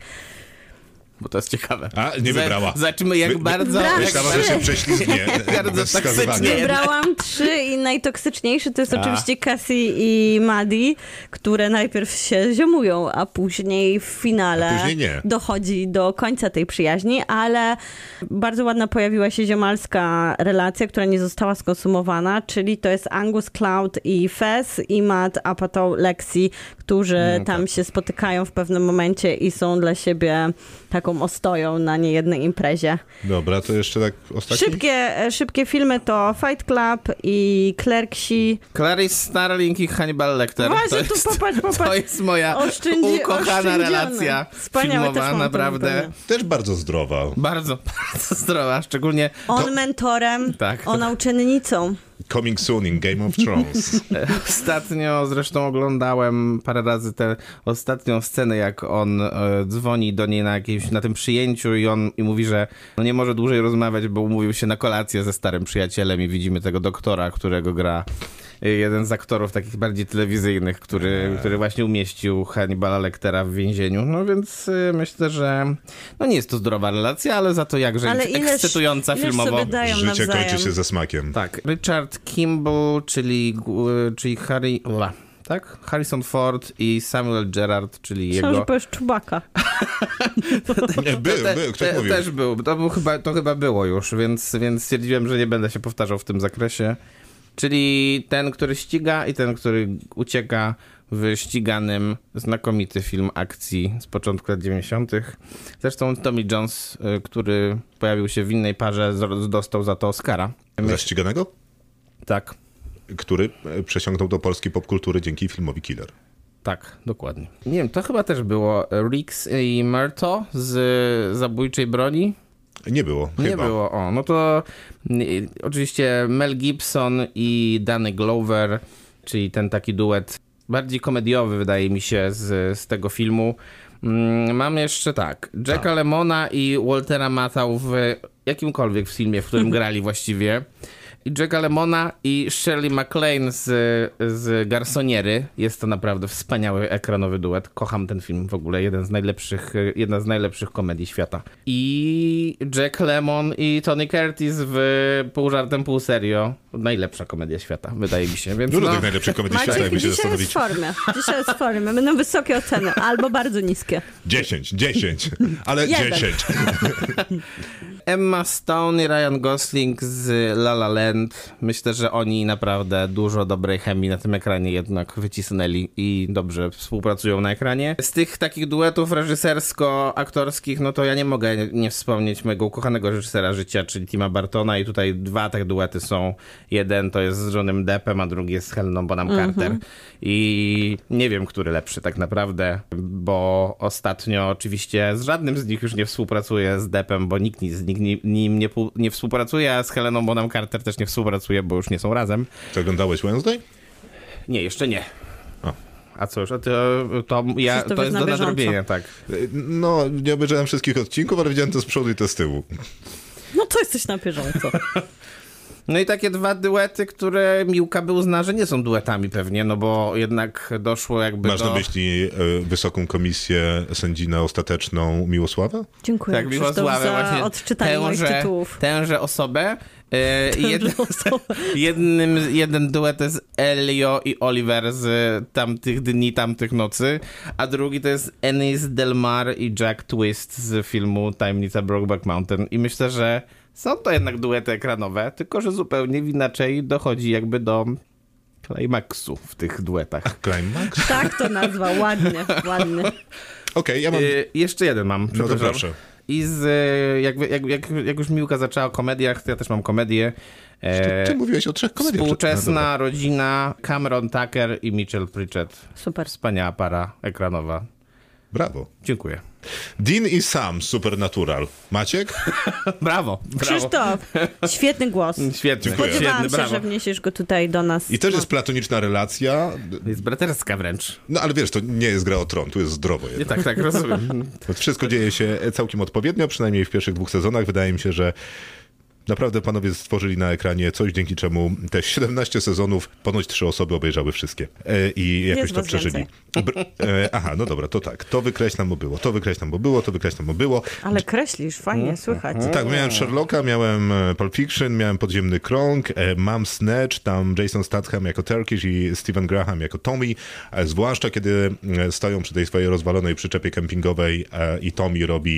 S4: Bo to jest ciekawe.
S2: A, nie wybrała.
S4: Zobaczymy, jak bardzo...
S3: Wybrała.
S2: Myślała, że się prześlizgnie.
S4: Bardzo
S2: bez wskazywania.
S4: toksycznie.
S3: Wybrałam 3 i najtoksyczniejszy to jest oczywiście Cassie i Maddie, które najpierw się ziomują, a później w finale
S2: A później nie.
S3: dochodzi do końca tej przyjaźni, ale bardzo ładna pojawiła się ziomalska relacja, która nie została skonsumowana, czyli to jest Angus Cloud i Fez i Matt Apatow Lexi, którzy tam się spotykają w pewnym momencie i są dla siebie taką taką ostoją na niejednej imprezie.
S2: Dobra, to jeszcze tak ostatni?
S3: Szybkie filmy to Fight Club i Clerksi.
S4: Clarice Starling i Hannibal Lecter.
S3: Właśnie, tu popatrz.
S4: To jest moja ukochana relacja filmowa, naprawdę.
S2: Też bardzo zdrowa.
S4: Bardzo zdrowa, szczególnie...
S3: On mentorem,
S4: Tak.
S3: ona uczennicą.
S2: Coming soon in Game of Thrones.
S4: Ostatnio zresztą oglądałem parę razy tę ostatnią scenę, jak on dzwoni do niej na tym przyjęciu i mówi, że nie może dłużej rozmawiać, bo umówił się na kolację ze starym przyjacielem i widzimy tego doktora, którego gra jeden z aktorów takich bardziej telewizyjnych, który właśnie umieścił Hannibala Lectera w więzieniu. No więc myślę, że nie jest to zdrowa relacja, ale za to jakże ekscytująca filmowo.
S2: Życie kończy się ze smakiem.
S4: Tak. Richard Kimball, czyli Harrison Ford i Samuel Gerard, czyli
S3: Myślałam,
S4: jego...
S3: że powiesz Chewbacca.
S2: Był, ktoś mówił.
S4: Też był. To chyba było już, więc stwierdziłem, że nie będę się powtarzał w tym zakresie. Czyli ten, który ściga i ten, który ucieka w ściganym, znakomity film akcji z początku lat 90. Zresztą Tommy Jones, który pojawił się w innej parze, dostał za to Oscara.
S2: Za ściganego?
S4: Tak.
S2: Który przesiągnął do polskiej popkultury dzięki filmowi Killer.
S4: Tak, dokładnie. Nie wiem, to chyba też było Riggs i Murtaugh z Zabójczej broni.
S2: Nie było, chyba.
S4: Nie było, no to oczywiście Mel Gibson i Danny Glover, czyli ten taki duet bardziej komediowy, wydaje mi się, z tego filmu. Mamy jeszcze Jacka Lemmona i Waltera Matthau w jakimkolwiek filmie, w którym grali właściwie. I Jacka Lemmona i Shirley MacLaine z Garsoniery. Jest to naprawdę wspaniały ekranowy duet. Kocham ten film w ogóle. Jedna z najlepszych komedii świata. I Jack Lemmon i Tony Curtis w Pół żartem, pół serio. Najlepsza komedia świata, wydaje mi się. Więc
S2: dużo tych najlepszych komedii świata, jakby się zastanowić.
S3: Dzisiaj jest w formie. Będą wysokie oceny, albo bardzo niskie.
S2: 10, ale 10.
S4: Emma Stone i Ryan Gosling z La La Land. Myślę, że oni naprawdę dużo dobrej chemii na tym ekranie jednak wycisnęli i dobrze współpracują na ekranie. Z tych takich duetów reżysersko-aktorskich, no to ja nie mogę nie wspomnieć mojego ukochanego reżysera życia, czyli Tima Burtona, i tutaj dwa te duety są. Jeden to jest z Johnnym Deppem, a drugi jest z Heleną Bonham Carter. I nie wiem, który lepszy tak naprawdę, bo ostatnio oczywiście z żadnym z nich już nie współpracuję z Deppem, bo nikt z nich nim nie współpracuje, a z Heleną Bonham Carter też nie współpracuje, bo już nie są razem.
S2: Czy oglądałeś Wednesday?
S4: Nie, jeszcze nie. A co już? To jest do nadrobienia, tak.
S2: No, nie obejrzałem wszystkich odcinków, ale widziałem to z przodu i to z tyłu.
S3: No to jesteś na bieżąco.
S4: No i takie dwa duety, które Miłka by uznała, że nie są duetami pewnie, no bo jednak doszło jakby
S2: Masz na myśli Wysoką Komisję Sędzinę Ostateczną Miłosławę?
S3: Dziękuję,
S4: tak, Miłosławę,
S3: za
S4: właśnie
S3: odczytanie moich tytułów.
S4: Tęże osobę. Jeden duet to jest Elio i Oliver z Tamtych dni, tamtych nocy, a drugi to jest Ennis Del Mar i Jack Twist z filmu Tajemnica Brokeback Mountain. I myślę, że są to jednak duety ekranowe, tylko że zupełnie inaczej dochodzi jakby do klimaksu w tych duetach.
S2: Climax?
S3: Tak to nazwał, ładnie.
S2: Okej, ja mam...
S4: Jeszcze jeden mam,
S2: No to proszę.
S4: I jak już Miłka zaczęła o komediach, to ja też mam komedię.
S2: Ty mówiłeś o 3 komediach.
S4: Współczesna rodzina, Cameron Tucker i Mitchell Pritchett.
S3: Super.
S4: Wspaniała para ekranowa.
S2: Brawo.
S4: Dziękuję.
S2: Dean i Sam, Supernatural. Maciek?
S4: Brawo.
S3: Krzysztof, świetny głos.
S4: Świetny.
S3: Spodziewałam się,
S4: brawo.
S3: że wniesiesz go tutaj do nas.
S2: I też jest platoniczna relacja.
S4: Jest braterska wręcz.
S2: No ale wiesz, to nie jest Gra o Tron, tu jest zdrowo jednak.
S4: Tak, rozumiem.
S2: Wszystko dzieje się całkiem odpowiednio, przynajmniej w pierwszych 2 sezonach. Wydaje mi się, że naprawdę panowie stworzyli na ekranie coś, dzięki czemu te 17 sezonów ponoć 3 osoby obejrzały wszystkie i jakoś to przeżyli. Aha, no dobra, to tak. To wykreślam, bo było. To wykreślam, bo było. To wykreślam, bo było.
S3: Ale kreślisz, fajnie, słychać.
S2: Tak, miałem Sherlocka, miałem Pulp Fiction, miałem Podziemny Krąg, mam Snatch, tam Jason Statham jako Turkish i Stephen Graham jako Tommy, zwłaszcza kiedy stoją przy tej swojej rozwalonej przyczepie kempingowej i Tommy robi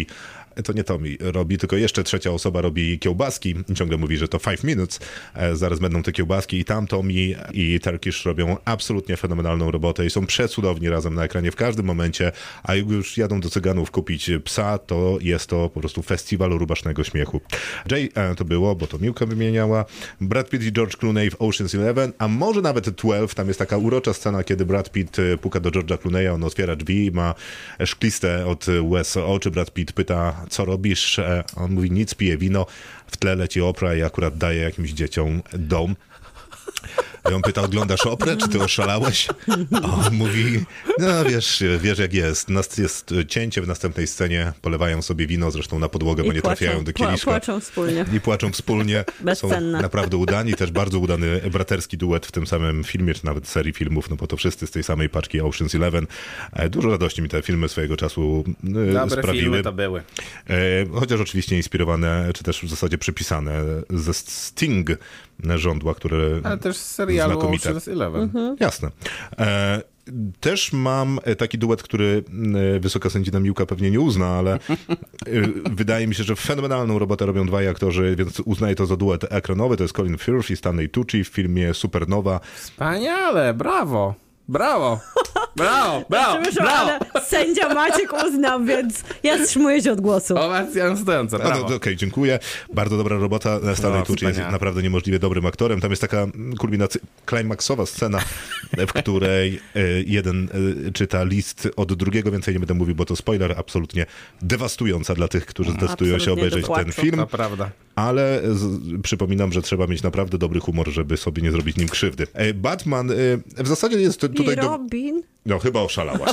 S2: to nie Tommy robi, tylko jeszcze trzecia osoba robi kiełbaski. Ciągle mówi, że to 5 minutes. Zaraz będą te kiełbaski i tam Tommy i Turkish robią absolutnie fenomenalną robotę i są przecudowni razem na ekranie w każdym momencie, a jak już jadą do Cyganów kupić psa, to jest to po prostu festiwal rubasznego śmiechu. Jay to było, bo to Miłka wymieniała. Brad Pitt i George Clooney w Ocean's 11, a może nawet 12. Tam jest taka urocza scena, kiedy Brad Pitt puka do George'a Clooney'a, on otwiera drzwi i ma szkliste od łez oczy. Brad Pitt pyta, co robisz? On mówi, nic, piję wino. W tle leci Oprah i akurat daje jakimś dzieciom dom. I on pyta, oglądasz Oprę, czy ty oszalałeś? A on mówi, no wiesz jak jest. Jest cięcie w następnej scenie, polewają sobie wino, zresztą na podłogę, bo nie trafiają do kieliszka.
S3: Płaczą wspólnie.
S2: I płaczą wspólnie.
S3: Bezcenne.
S2: Są naprawdę udani. Też bardzo udany braterski duet w tym samym filmie, czy nawet serii filmów, no bo to wszyscy z tej samej paczki Ocean's 11. Dużo radości mi te filmy swojego czasu
S4: Dobre
S2: sprawiły.
S4: filmy to były.
S2: Chociaż oczywiście inspirowane, czy też w zasadzie przypisane ze Sting żądła, które
S4: Ale też z serialu
S2: znakomite.
S4: Ocean's 11.
S2: Jasne. Też mam taki duet, który wysoka sędzina Miłka pewnie nie uzna, ale wydaje mi się, że fenomenalną robotę robią dwaj aktorzy, więc uznaję to za duet ekranowy. To jest Colin Firth i Stanley Tucci w filmie Supernowa.
S4: Wspaniale, brawo. Brawo! Brawo! Brawo!
S3: Przepraszam,
S4: Brawo!
S3: ale sędzia Maciek uznał, więc ja wstrzymuję się od głosu.
S4: Owacja stojąca, brawo.
S2: Okej, dziękuję. Bardzo dobra robota. Stanley Tucci jest
S4: wspaniale.
S2: naprawdę niemożliwie dobrym aktorem. Tam jest taka klimaksowa scena, w której jeden czyta list od drugiego. Więcej nie będę mówił, bo to spoiler absolutnie dewastująca dla tych, którzy zdecydują się
S3: Absolutnie
S2: obejrzeć
S3: do
S2: ten
S3: płaczu.
S2: film.
S4: To prawda.
S2: Ale przypominam, że trzeba mieć naprawdę dobry humor, żeby sobie nie zrobić nim krzywdy. Batman w zasadzie jest tutaj...
S3: I Robin?
S2: No chyba oszalałaś.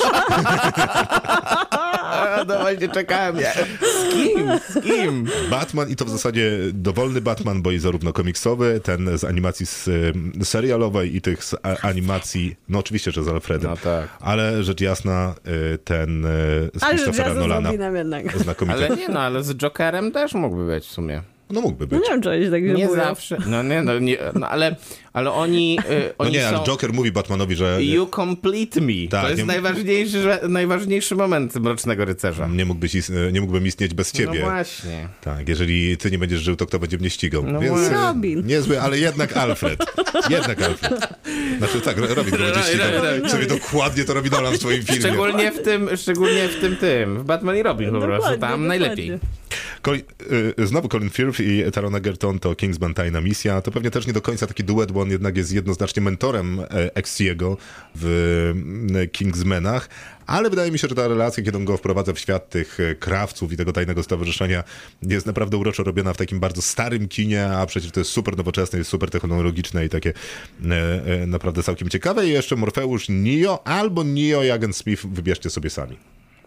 S4: No właśnie czekałem. Z kim?
S2: Batman i to w zasadzie dowolny Batman, bo i zarówno komiksowy, ten z animacji serialowej i tych z animacji, no oczywiście, że z Alfredem.
S4: No tak.
S2: Ale rzecz jasna, ten z
S3: Ale że
S2: Christophera
S3: jazz z
S2: Nolana.
S3: Robinem jednak.
S2: Znakomity.
S4: Ale nie no, ale z Jokerem też mógłby być w sumie.
S2: No mógłby
S3: No
S2: być.
S3: nie wiem, czy oni się tak
S4: Nie
S3: mówią.
S4: zawsze. No ale oni
S2: No nie,
S4: są...
S2: ale Joker mówi Batmanowi, że
S4: You complete me.
S2: Tak,
S4: To jest najważniejszy moment Mrocznego Rycerza.
S2: nie mógłbym istnieć bez ciebie.
S4: No właśnie.
S2: Tak, jeżeli ty nie będziesz żył, to kto będzie mnie ścigał?
S4: No
S2: Więc
S4: właśnie.
S3: Robin.
S2: Niezły, ale jednak Alfred. Znaczy tak, Robin go będzie ścigał.
S4: Robin.
S2: Sobie dokładnie to robi Nolan w swoim filmie.
S4: Szczególnie w tym, w Batman i Robin po prostu,
S3: Dokładnie,
S4: tam najlepiej.
S2: Znowu Colin Firth i Taron Egerton to Kingsman Tajna Misja. To pewnie też nie do końca taki duet, bo on jednak jest jednoznacznie mentorem Exiego w Kingsmenach. Ale wydaje mi się, że ta relacja, kiedy on go wprowadza w świat tych krawców i tego tajnego stowarzyszenia, jest naprawdę uroczo robiona w takim bardzo starym kinie, a przecież to jest super nowoczesne, jest super technologiczne i takie naprawdę całkiem ciekawe. I jeszcze Morfeusz Neo albo Neo i Agent Smith, wybierzcie sobie sami.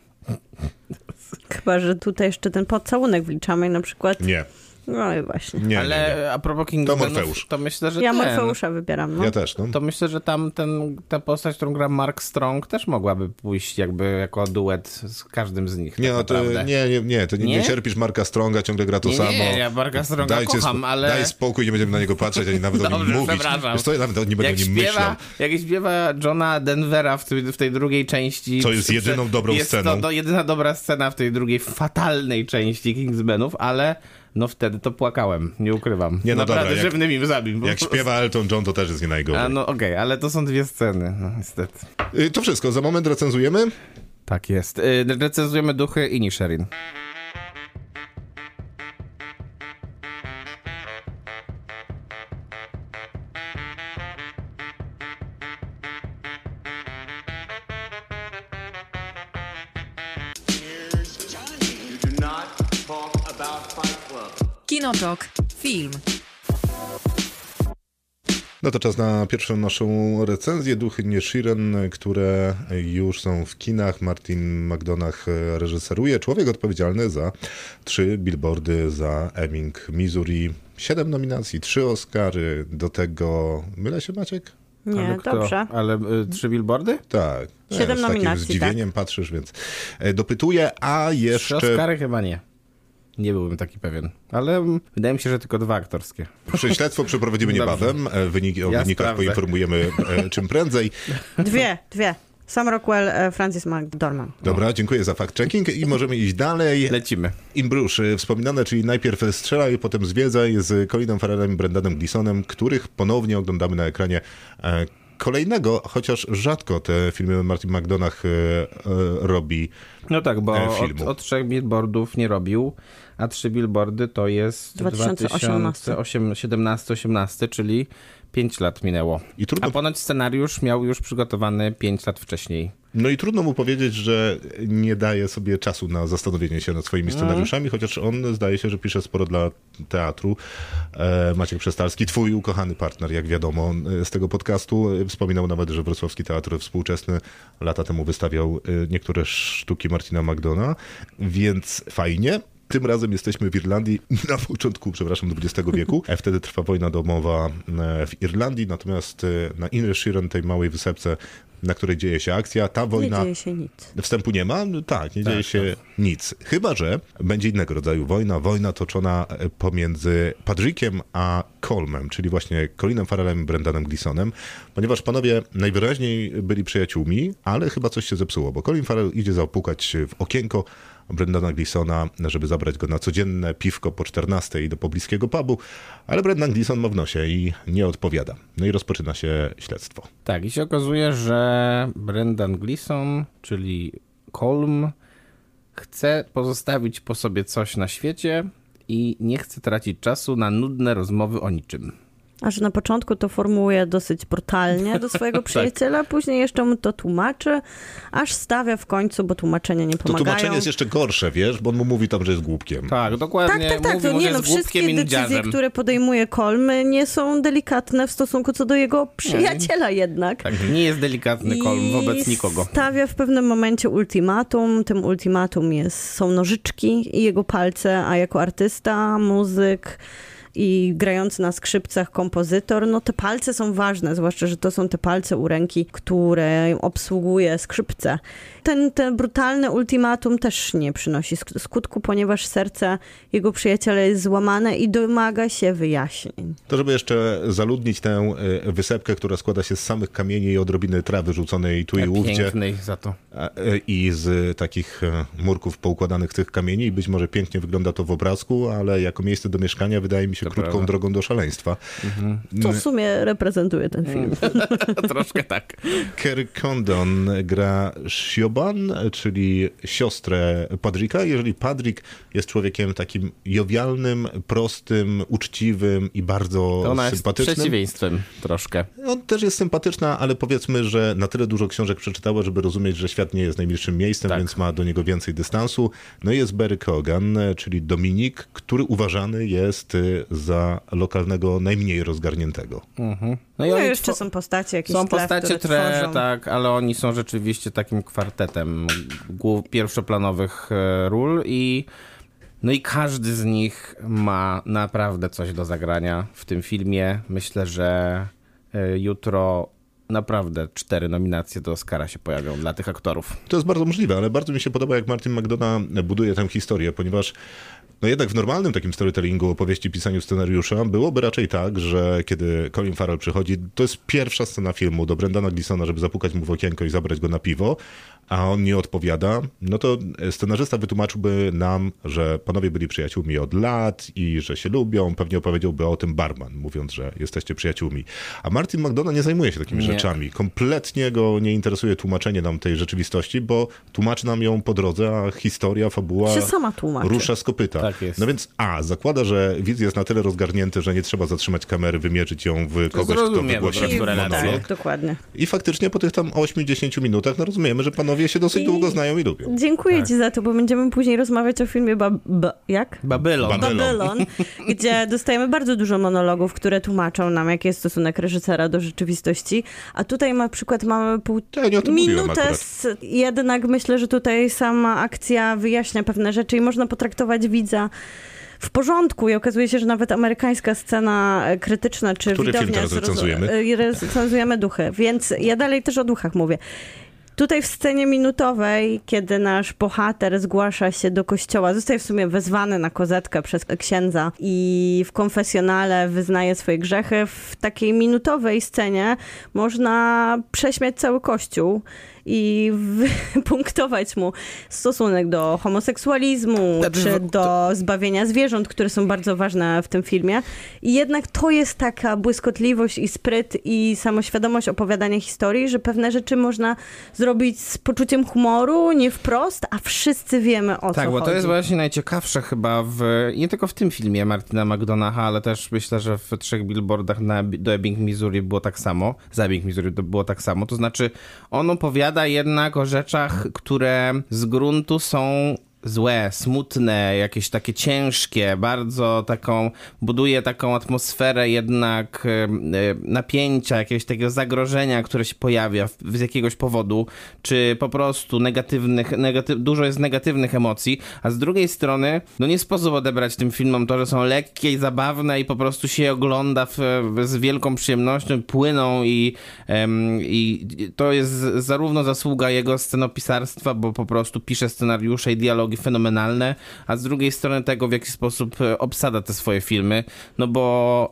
S3: Chyba, że tutaj jeszcze ten pocałunek wliczamy i na przykład...
S2: Nie.
S3: No i właśnie.
S2: Nie,
S4: Ale
S2: nie.
S4: a propos
S2: To
S4: Kingsmanów,
S2: Morfeusz.
S4: to myślę, że
S3: Ja Morfeusza wybieram, no.
S2: Ja też, no.
S4: To myślę, że tam ta postać, którą gra Mark Strong, też mogłaby pójść jakby jako duet z każdym z nich.
S2: Nie,
S4: tak
S2: no to
S4: naprawdę.
S2: to nie cierpisz Marka Stronga, ciągle gra to samo.
S4: Nie, ja Marka Stronga kocham, ale...
S2: Daj spokój, nie będziemy na niego patrzeć, ani nawet o nim
S4: Dobrze,
S2: mówić.
S4: przepraszam.
S2: Wiesz co, ja nawet nie będę o nim myślał.
S4: Jak śpiewa Johna Denvera w tej drugiej części...
S2: Co jest jedyną dobrą sceną.
S4: Jest to jedyna dobra scena w tej drugiej fatalnej części Kingsmanów, ale no wtedy to płakałem, nie ukrywam.
S2: Nie, no
S4: naprawdę
S2: dobra,
S4: żywnymi łzami.
S2: Jak śpiewa Elton John, to też jest nie najgorzej.
S4: A no okej, ale to są dwie sceny, no niestety.
S2: To wszystko, za moment recenzujemy.
S4: Tak jest. Recenzujemy Duchy i Inisherin.
S1: Kinotok. Film.
S2: No to czas na pierwszą naszą recenzję. Duchy Inisherin, które już są w kinach. Martin McDonagh reżyseruje. Człowiek odpowiedzialny za 3 billboardy za Ebbing, Missouri. 7 nominacji, 3 Oscary. Do tego... Mylę się, Maciek?
S3: Nie,
S4: Ale
S3: dobrze.
S4: Ale 3 billboardy?
S2: Tak.
S3: 7
S2: z
S3: nominacji,
S2: takim zdziwieniem patrzysz, więc dopytuję, a
S4: 3
S2: jeszcze...
S4: Oscary chyba nie. Nie byłbym taki pewien. Ale wydaje mi się, że tylko 2 aktorskie.
S2: Śledztwo przeprowadzimy
S4: Dobrze.
S2: niebawem. O
S4: Ja
S2: wynikach
S4: sprawdzę.
S2: poinformujemy czym prędzej.
S3: Dwie. Sam Rockwell, Francis McDormand.
S2: Dobra, dziękuję za fact-checking i możemy iść dalej.
S4: Lecimy.
S2: In Bruges, wspominane, czyli najpierw strzelaj, potem zwiedzaj z Colinem Farrellem i Brendanem Gleesonem, których ponownie oglądamy na ekranie kolejnego, chociaż rzadko te filmy Martin McDonagh robi.
S4: No tak, bo
S2: filmu.
S4: od 3 billboardów nie robił, a 3 billboardy to jest 2017-18, czyli 5 lat minęło.
S2: I trudno...
S4: A ponoć scenariusz miał już przygotowany 5 lat wcześniej.
S2: No i trudno mu powiedzieć, że nie daje sobie czasu na zastanowienie się nad swoimi scenariuszami, chociaż on zdaje się, że pisze sporo dla teatru. Maciek Przestalski, twój ukochany partner, jak wiadomo, z tego podcastu, wspominał nawet, że Wrocławski Teatr Współczesny lata temu wystawiał niektóre sztuki Martina McDonagha, więc fajnie. Tym razem jesteśmy w Irlandii na początku, XX wieku. Wtedy trwa wojna domowa w Irlandii, natomiast na Inisherin, tej małej wysepce, na której dzieje się akcja, ta wojna...
S3: Nie dzieje się nic.
S2: Wstępu nie ma? Tak, nie dzieje się nic. Chyba że będzie innego rodzaju wojna. Wojna toczona pomiędzy Patrickiem a Colmem, czyli właśnie Colinem Farrellem i Brendanem Gleesonem, ponieważ panowie najwyraźniej byli przyjaciółmi, ale chyba coś się zepsuło, bo Colin Farrell idzie zapukać w okienko Brendana Gleesona, żeby zabrać go na codzienne piwko po 14 do pobliskiego pubu, ale Brendan Gleeson ma w nosie i nie odpowiada. No i rozpoczyna się śledztwo.
S4: Tak, i się okazuje, że Brendan Gleeson, czyli Colm, chce pozostawić po sobie coś na świecie i nie chce tracić czasu na nudne rozmowy o niczym.
S3: Aż na początku to formułuje dosyć brutalnie do swojego przyjaciela, później jeszcze mu to tłumaczy, aż stawia w końcu, bo tłumaczenia nie pomagają.
S2: To tłumaczenie jest jeszcze gorsze, wiesz, bo on mu mówi tam, że jest głupkiem.
S4: Tak, dokładnie.
S3: Tak.
S4: Mówi mu, że jest
S3: wszystkie
S4: głupkiem i
S3: decyzje,
S4: nudziarzem.
S3: które podejmuje Colm, nie są delikatne w stosunku co do jego przyjaciela jednak.
S4: Tak, nie jest delikatny Colm wobec nikogo.
S3: Stawia w pewnym momencie ultimatum. Tym ultimatum są nożyczki i jego palce, a jako artysta, muzyk i grający na skrzypcach kompozytor, no te palce są ważne, zwłaszcza, że to są te palce u ręki, które obsługuje skrzypce. Ten brutalny ultimatum też nie przynosi skutku, ponieważ serce jego przyjaciela jest złamane i domaga się wyjaśnień.
S2: To żeby jeszcze zaludnić tę wysepkę, która składa się z samych kamieni i odrobiny trawy rzuconej tu i ówdzie.
S4: Pięknej za to.
S2: I z takich murków poukładanych tych kamieni i być może pięknie wygląda to w obrazku, ale jako miejsce do mieszkania wydaje mi się to krótką drogą do szaleństwa.
S3: Co w sumie reprezentuje ten film.
S4: Troszkę tak.
S2: Kerry Condon gra Siobhan, czyli siostrę Patricka. Jeżeli Patrick jest człowiekiem takim jowialnym, prostym, uczciwym i bardzo
S4: to ona
S2: sympatycznym.
S4: Jest przeciwieństwem troszkę.
S2: On też jest sympatyczna, ale powiedzmy, że na tyle dużo książek przeczytała, żeby rozumieć, że świat nie jest najbliższym miejscem, więc ma do niego więcej dystansu. No i jest Barry Keoghan, czyli Dominik, który uważany jest za lokalnego najmniej rozgarniętego.
S3: No i jeszcze są postacie jakieś
S4: są postacie
S3: tworzą.
S4: Tak, ale oni są rzeczywiście takim kwartetem pierwszoplanowych ról i każdy z nich ma naprawdę coś do zagrania w tym filmie. Myślę, że jutro naprawdę 4 nominacje do Oscara się pojawią dla tych aktorów.
S2: To jest bardzo możliwe, ale bardzo mi się podoba, jak Martin McDonagh buduje tę historię, ponieważ jednak w normalnym takim storytellingu, opowieści, pisaniu scenariusza byłoby raczej tak, że kiedy Colin Farrell przychodzi, to jest pierwsza scena filmu do Brendana Gleesona, żeby zapukać mu w okienko i zabrać go na piwo, a on nie odpowiada, no to scenarzysta wytłumaczyłby nam, że panowie byli przyjaciółmi od lat i że się lubią. Pewnie opowiedziałby o tym barman, mówiąc, że jesteście przyjaciółmi. A Martin McDonagh nie zajmuje się takimi rzeczami. Kompletnie go nie interesuje tłumaczenie nam tej rzeczywistości, bo tłumaczy nam ją po drodze, a historia, fabuła
S3: się sama tłumaczy.
S2: Rusza z kopyta.
S4: Tak jest.
S2: No więc zakłada, że widz jest na tyle rozgarnięty, że nie trzeba zatrzymać kamery, wymierzyć ją w kogoś, kto wygłosi monolog.
S3: Tak, dokładnie.
S2: I faktycznie po tych tam 8-10 minutach rozumiemy, że panowie się dosyć długo znają i lubią.
S3: Dziękuję ci za to, bo będziemy później rozmawiać o filmie Babylon, gdzie dostajemy bardzo dużo monologów, które tłumaczą nam, jaki jest stosunek reżysera do rzeczywistości. A tutaj na przykład mamy minutę. Jednak myślę, że tutaj sama akcja wyjaśnia pewne rzeczy i można potraktować widza w porządku i okazuje się, że nawet amerykańska scena krytyczna czy
S2: Który
S3: widownia...
S2: film teraz recenzujemy?
S3: Recenzujemy Duchy, więc ja dalej też o Duchach mówię. Tutaj w scenie minutowej, kiedy nasz bohater zgłasza się do kościoła, zostaje w sumie wezwany na kozetkę przez księdza i w konfesjonale wyznaje swoje grzechy, w takiej minutowej scenie można prześmiać cały kościół i punktować mu stosunek do homoseksualizmu, czy do zbawienia zwierząt, które są bardzo ważne w tym filmie. I jednak to jest taka błyskotliwość i spryt i samoświadomość opowiadania historii, że pewne rzeczy można zrobić z poczuciem humoru, nie wprost, a wszyscy wiemy, o co chodzi.
S4: Tak, bo to jest właśnie najciekawsze chyba nie tylko w tym filmie Martina McDonaha, ale też myślę, że w 3 billboardach do Ebbing, Missouri było tak samo. Za Ebbing, Missouri to było tak samo. To znaczy on opowiada jednak o rzeczach, które z gruntu są złe, smutne, jakieś takie ciężkie, bardzo buduje taką atmosferę jednak napięcia, jakiegoś takiego zagrożenia, które się pojawia z jakiegoś powodu, czy po prostu dużo jest negatywnych emocji, a z drugiej strony, no nie sposób odebrać tym filmom to, że są lekkie i zabawne i po prostu się je ogląda z wielką przyjemnością, płyną i to jest zarówno zasługa jego scenopisarstwa, bo po prostu pisze scenariusze i dialogi fenomenalne, a z drugiej strony tego, w jaki sposób obsada te swoje filmy, no bo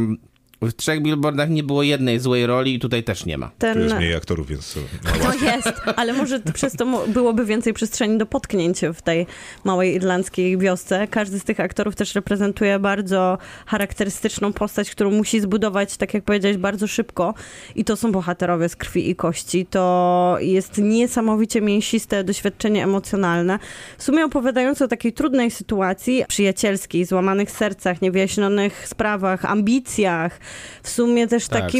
S4: w 3 billboardach nie było jednej złej roli i tutaj też nie ma.
S2: Tu jest mniej aktorów, więc...
S3: To jest, ale może przez to byłoby więcej przestrzeni do potknięć w tej małej irlandzkiej wiosce. Każdy z tych aktorów też reprezentuje bardzo charakterystyczną postać, którą musi zbudować, tak jak powiedziałeś, bardzo szybko. I to są bohaterowie z krwi i kości. To jest niesamowicie mięsiste doświadczenie emocjonalne. W sumie opowiadając o takiej trudnej sytuacji przyjacielskiej, złamanych sercach, niewyjaśnionych sprawach, ambicjach, w sumie też takim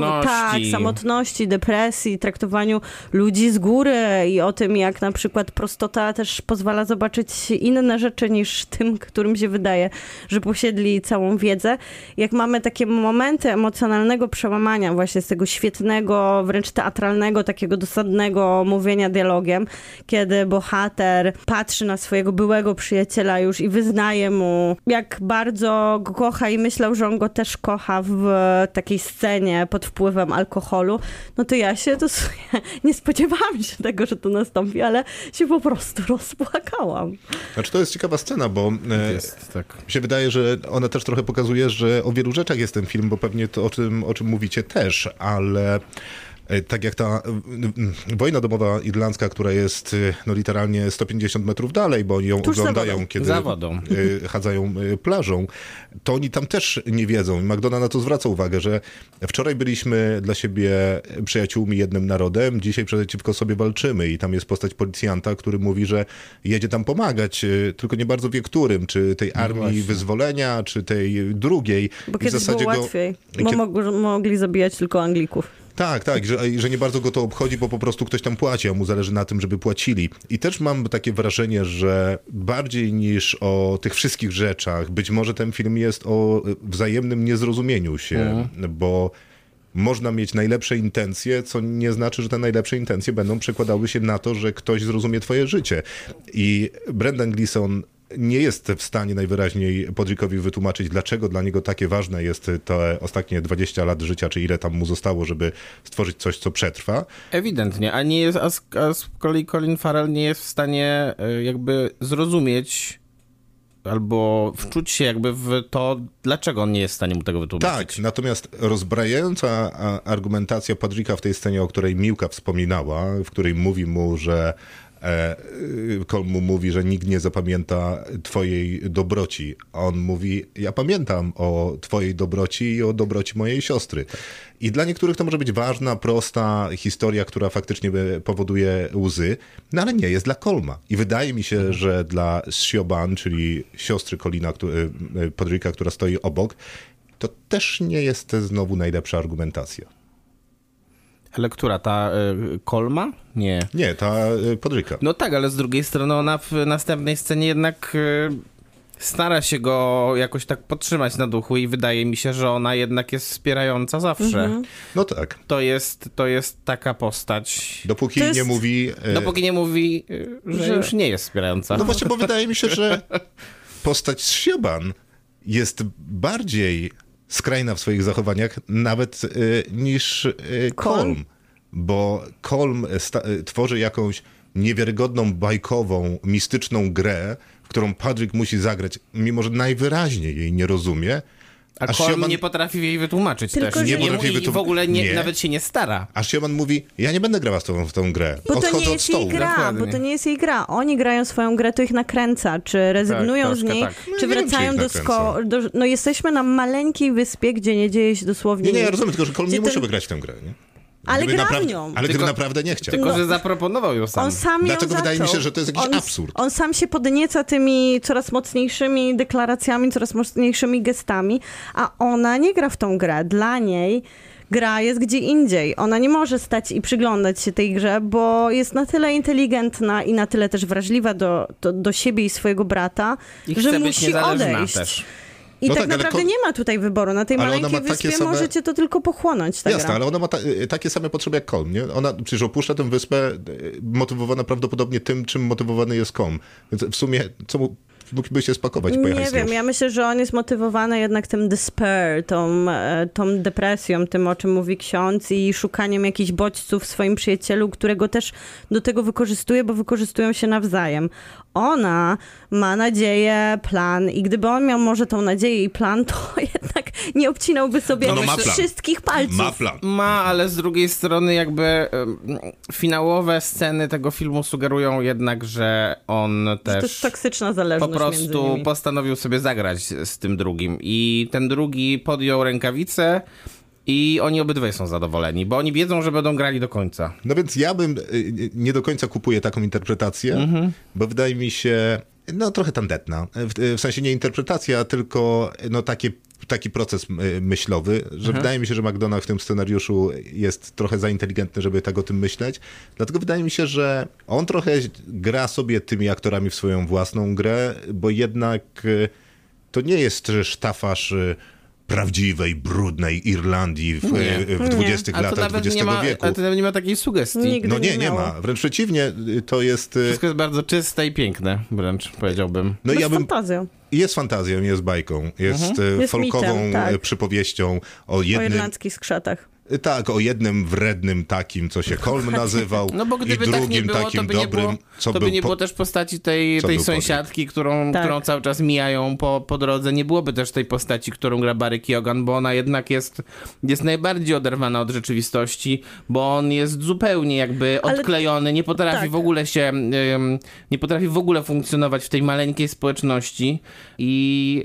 S3: samotności, depresji, traktowaniu ludzi z góry i o tym, jak na przykład prostota też pozwala zobaczyć inne rzeczy niż tym, którym się wydaje, że posiedli całą wiedzę. Jak mamy takie momenty emocjonalnego przełamania właśnie z tego świetnego, wręcz teatralnego, takiego dosadnego mówienia dialogiem, kiedy bohater patrzy na swojego byłego przyjaciela już i wyznaje mu, jak bardzo go kocha i myślał, że on go też kocha w takiej scenie pod wpływem alkoholu, no to ja się nie spodziewałam się tego, że to nastąpi, ale się po prostu rozpłakałam.
S2: Znaczy to jest ciekawa scena, bo mi się wydaje, że ona też trochę pokazuje, że o wielu rzeczach jest ten film, bo pewnie to o czym mówicie też, ale tak jak ta wojna domowa irlandzka, która jest no literalnie 150 metrów dalej, bo oni ją oglądają, kiedy chadzają plażą, to oni tam też nie wiedzą. I McDonagh na to zwraca uwagę, że wczoraj byliśmy dla siebie przyjaciółmi, jednym narodem, dzisiaj przeciwko sobie walczymy i tam jest postać policjanta, który mówi, że jedzie tam pomagać, tylko nie bardzo wie którym, czy tej armii wyzwolenia, czy tej drugiej.
S3: Bo kiedyś było łatwiej, bo mogli zabijać tylko Anglików.
S2: Tak, że nie bardzo go to obchodzi, bo po prostu ktoś tam płaci, a mu zależy na tym, żeby płacili. I też mam takie wrażenie, że bardziej niż o tych wszystkich rzeczach, być może ten film jest o wzajemnym niezrozumieniu się, bo można mieć najlepsze intencje, co nie znaczy, że te najlepsze intencje będą przekładały się na to, że ktoś zrozumie twoje życie. I Brendan Gleeson nie jest w stanie najwyraźniej Podrickowi wytłumaczyć, dlaczego dla niego takie ważne jest te ostatnie 20 lat życia, czy ile tam mu zostało, żeby stworzyć coś, co przetrwa.
S4: Ewidentnie, a nie jest, a z kolei Colin Farrell nie jest w stanie jakby zrozumieć albo wczuć się jakby w to, dlaczego on nie jest w stanie mu tego wytłumaczyć. Tak,
S2: natomiast rozbrajająca argumentacja Podricka w tej scenie, o której Miłka wspominała, w której mówi mu, że Cole mu mówi, że nikt nie zapamięta twojej dobroci. A on mówi, ja pamiętam o twojej dobroci i o dobroci mojej siostry. I dla niektórych to może być ważna, prosta historia, która faktycznie powoduje łzy, no ale nie jest dla Colma. I wydaje mi się, że dla Siobhan, czyli siostry Colina Podricka, która stoi obok, to też nie jest znowu najlepsza argumentacja.
S4: Ale która? Ta Colma? Nie.
S2: Nie, ta Podricka.
S4: No tak, ale z drugiej strony ona w następnej scenie jednak stara się go jakoś tak podtrzymać na duchu i wydaje mi się, że ona jednak jest wspierająca zawsze.
S2: No tak.
S4: To jest taka postać.
S2: Dopóki nie mówi...
S4: Dopóki nie mówi, że już nie jest wspierająca.
S2: No właśnie, bo wydaje mi się, że postać Siobhan jest bardziej skrajna w swoich zachowaniach nawet niż Colm. bo Colm tworzy jakąś niewiarygodną, bajkową, mistyczną grę, w którą Patrick musi zagrać, mimo że najwyraźniej jej nie rozumie.
S4: A Colm nie potrafi jej wytłumaczyć
S3: Tylko,
S4: też.
S3: że
S4: I w ogóle nawet się nie stara.
S2: A Shyamalan mówi, ja nie będę grała z tobą w tą grę.
S3: Bo to
S2: Odchodzę
S3: nie
S2: od
S3: jest jej
S2: stołu.
S3: gra,
S4: Dokładnie.
S3: bo to nie jest jej gra. Oni grają swoją grę, to ich nakręca. Czy rezygnują
S4: Tak,
S3: z niej,
S4: troszkę tak.
S3: czy
S2: No, nie wiem,
S3: wracają
S2: czy ich nakręca.
S3: No jesteśmy na maleńkiej wyspie, gdzie nie dzieje się dosłownie
S2: Nie, ja
S3: nic.
S2: rozumiem, tylko że Colm nie
S3: Gdzie
S2: musiałby
S3: ten-
S2: grać w tę grę, nie?
S3: Ale gra w
S2: naprawdę,
S3: nią.
S2: ale gdyby
S4: Tylko-
S2: naprawdę nie chciał.
S4: Tylko,
S3: No.
S4: że zaproponował ją sam.
S3: On sam ją
S2: Dlatego wydaje mi się,
S3: zaczął.
S2: że to jest jakiś absurd.
S3: On sam się podnieca tymi coraz mocniejszymi deklaracjami, coraz mocniejszymi gestami, a ona nie gra w tą grę. Dla niej gra jest gdzie indziej. Ona nie może stać i przyglądać się tej grze, bo jest na tyle inteligentna i na tyle też wrażliwa do siebie i swojego brata,
S4: I
S3: że
S4: chce być
S3: musi
S4: niezależna
S3: odejść.
S4: też.
S3: I
S2: No
S3: tak
S2: tak, ale
S3: naprawdę nie ma tutaj wyboru. Na tej
S2: ale ona
S3: maleńkiej
S2: ma takie
S3: wyspie
S2: same-
S3: możecie to tylko pochłonąć, ta
S2: Jasne,
S3: gra.
S2: ale ona ma takie same potrzeby jak Colm, nie? Ona przecież opuszcza tę wyspę motywowana prawdopodobnie tym, czym motywowany jest Colm. Więc w sumie, co mógłby się spakować i pojechać
S3: Nie
S2: z nią?
S3: wiem, ja myślę, że on jest motywowany jednak tym despair, tą depresją, tym, o czym mówi ksiądz i szukaniem jakichś bodźców w swoim przyjacielu, którego też do tego wykorzystuje, bo wykorzystują się nawzajem. Ona ma nadzieję, plan i gdyby on miał może tą nadzieję i plan, to jednak nie obcinałby sobie
S2: No, ma plan.
S3: wszystkich palców.
S2: Ma plan.
S4: Ma, ale z drugiej strony jakby finałowe sceny tego filmu sugerują jednak, że on
S3: To
S4: też
S3: jest toksyczna
S4: po
S3: zależność między
S4: prostu
S3: nimi.
S4: postanowił sobie zagrać z tym drugim i ten drugi podjął rękawicę i oni obydwaj są zadowoleni, bo oni wiedzą, że będą grali do końca.
S2: No więc ja bym nie do końca kupuję taką interpretację, bo wydaje mi się trochę tandetna. W sensie nie interpretacja, tylko taki proces myślowy, że wydaje mi się, że McDonagh w tym scenariuszu jest trochę za inteligentny, żeby tak o tym myśleć. Dlatego wydaje mi się, że on trochę gra sobie tymi aktorami w swoją własną grę, bo jednak to nie jest sztafaż prawdziwej, brudnej Irlandii w 20
S4: Ale to
S2: latach
S4: nawet
S2: XX wieku.
S4: Ale to nawet nie ma takiej sugestii.
S3: Nigdy
S2: No
S3: nie
S2: nie
S3: miało.
S2: ma. Wręcz przeciwnie, to jest...
S4: Wszystko jest bardzo czyste i piękne, wręcz powiedziałbym.
S2: No
S3: Bez fantazją.
S2: Jest fantazją, jest bajką, jest
S3: Jest
S2: folkową
S3: mitem, tak.
S2: przypowieścią o
S3: O
S2: jednym...
S3: irlandzkich skrzatach.
S2: Tak, o jednym wrednym takim, co się Colm nazywał,
S4: No bo
S2: i
S4: gdyby tak nie
S2: drugim
S4: było,
S2: takim
S4: to by nie
S2: dobrym,
S4: było,
S2: co
S4: to
S2: był
S4: by nie było też postaci
S2: co
S4: tej
S2: był
S4: sąsiadki,
S3: Tak.
S4: którą cały czas mijają po drodze. Nie byłoby też tej postaci, którą gra Barry Keoghan, bo ona jednak jest najbardziej oderwana od rzeczywistości, bo on jest zupełnie jakby
S3: Ale-
S4: odklejony, nie potrafi
S3: tak.
S4: w ogóle nie potrafi w ogóle funkcjonować w tej maleńkiej społeczności i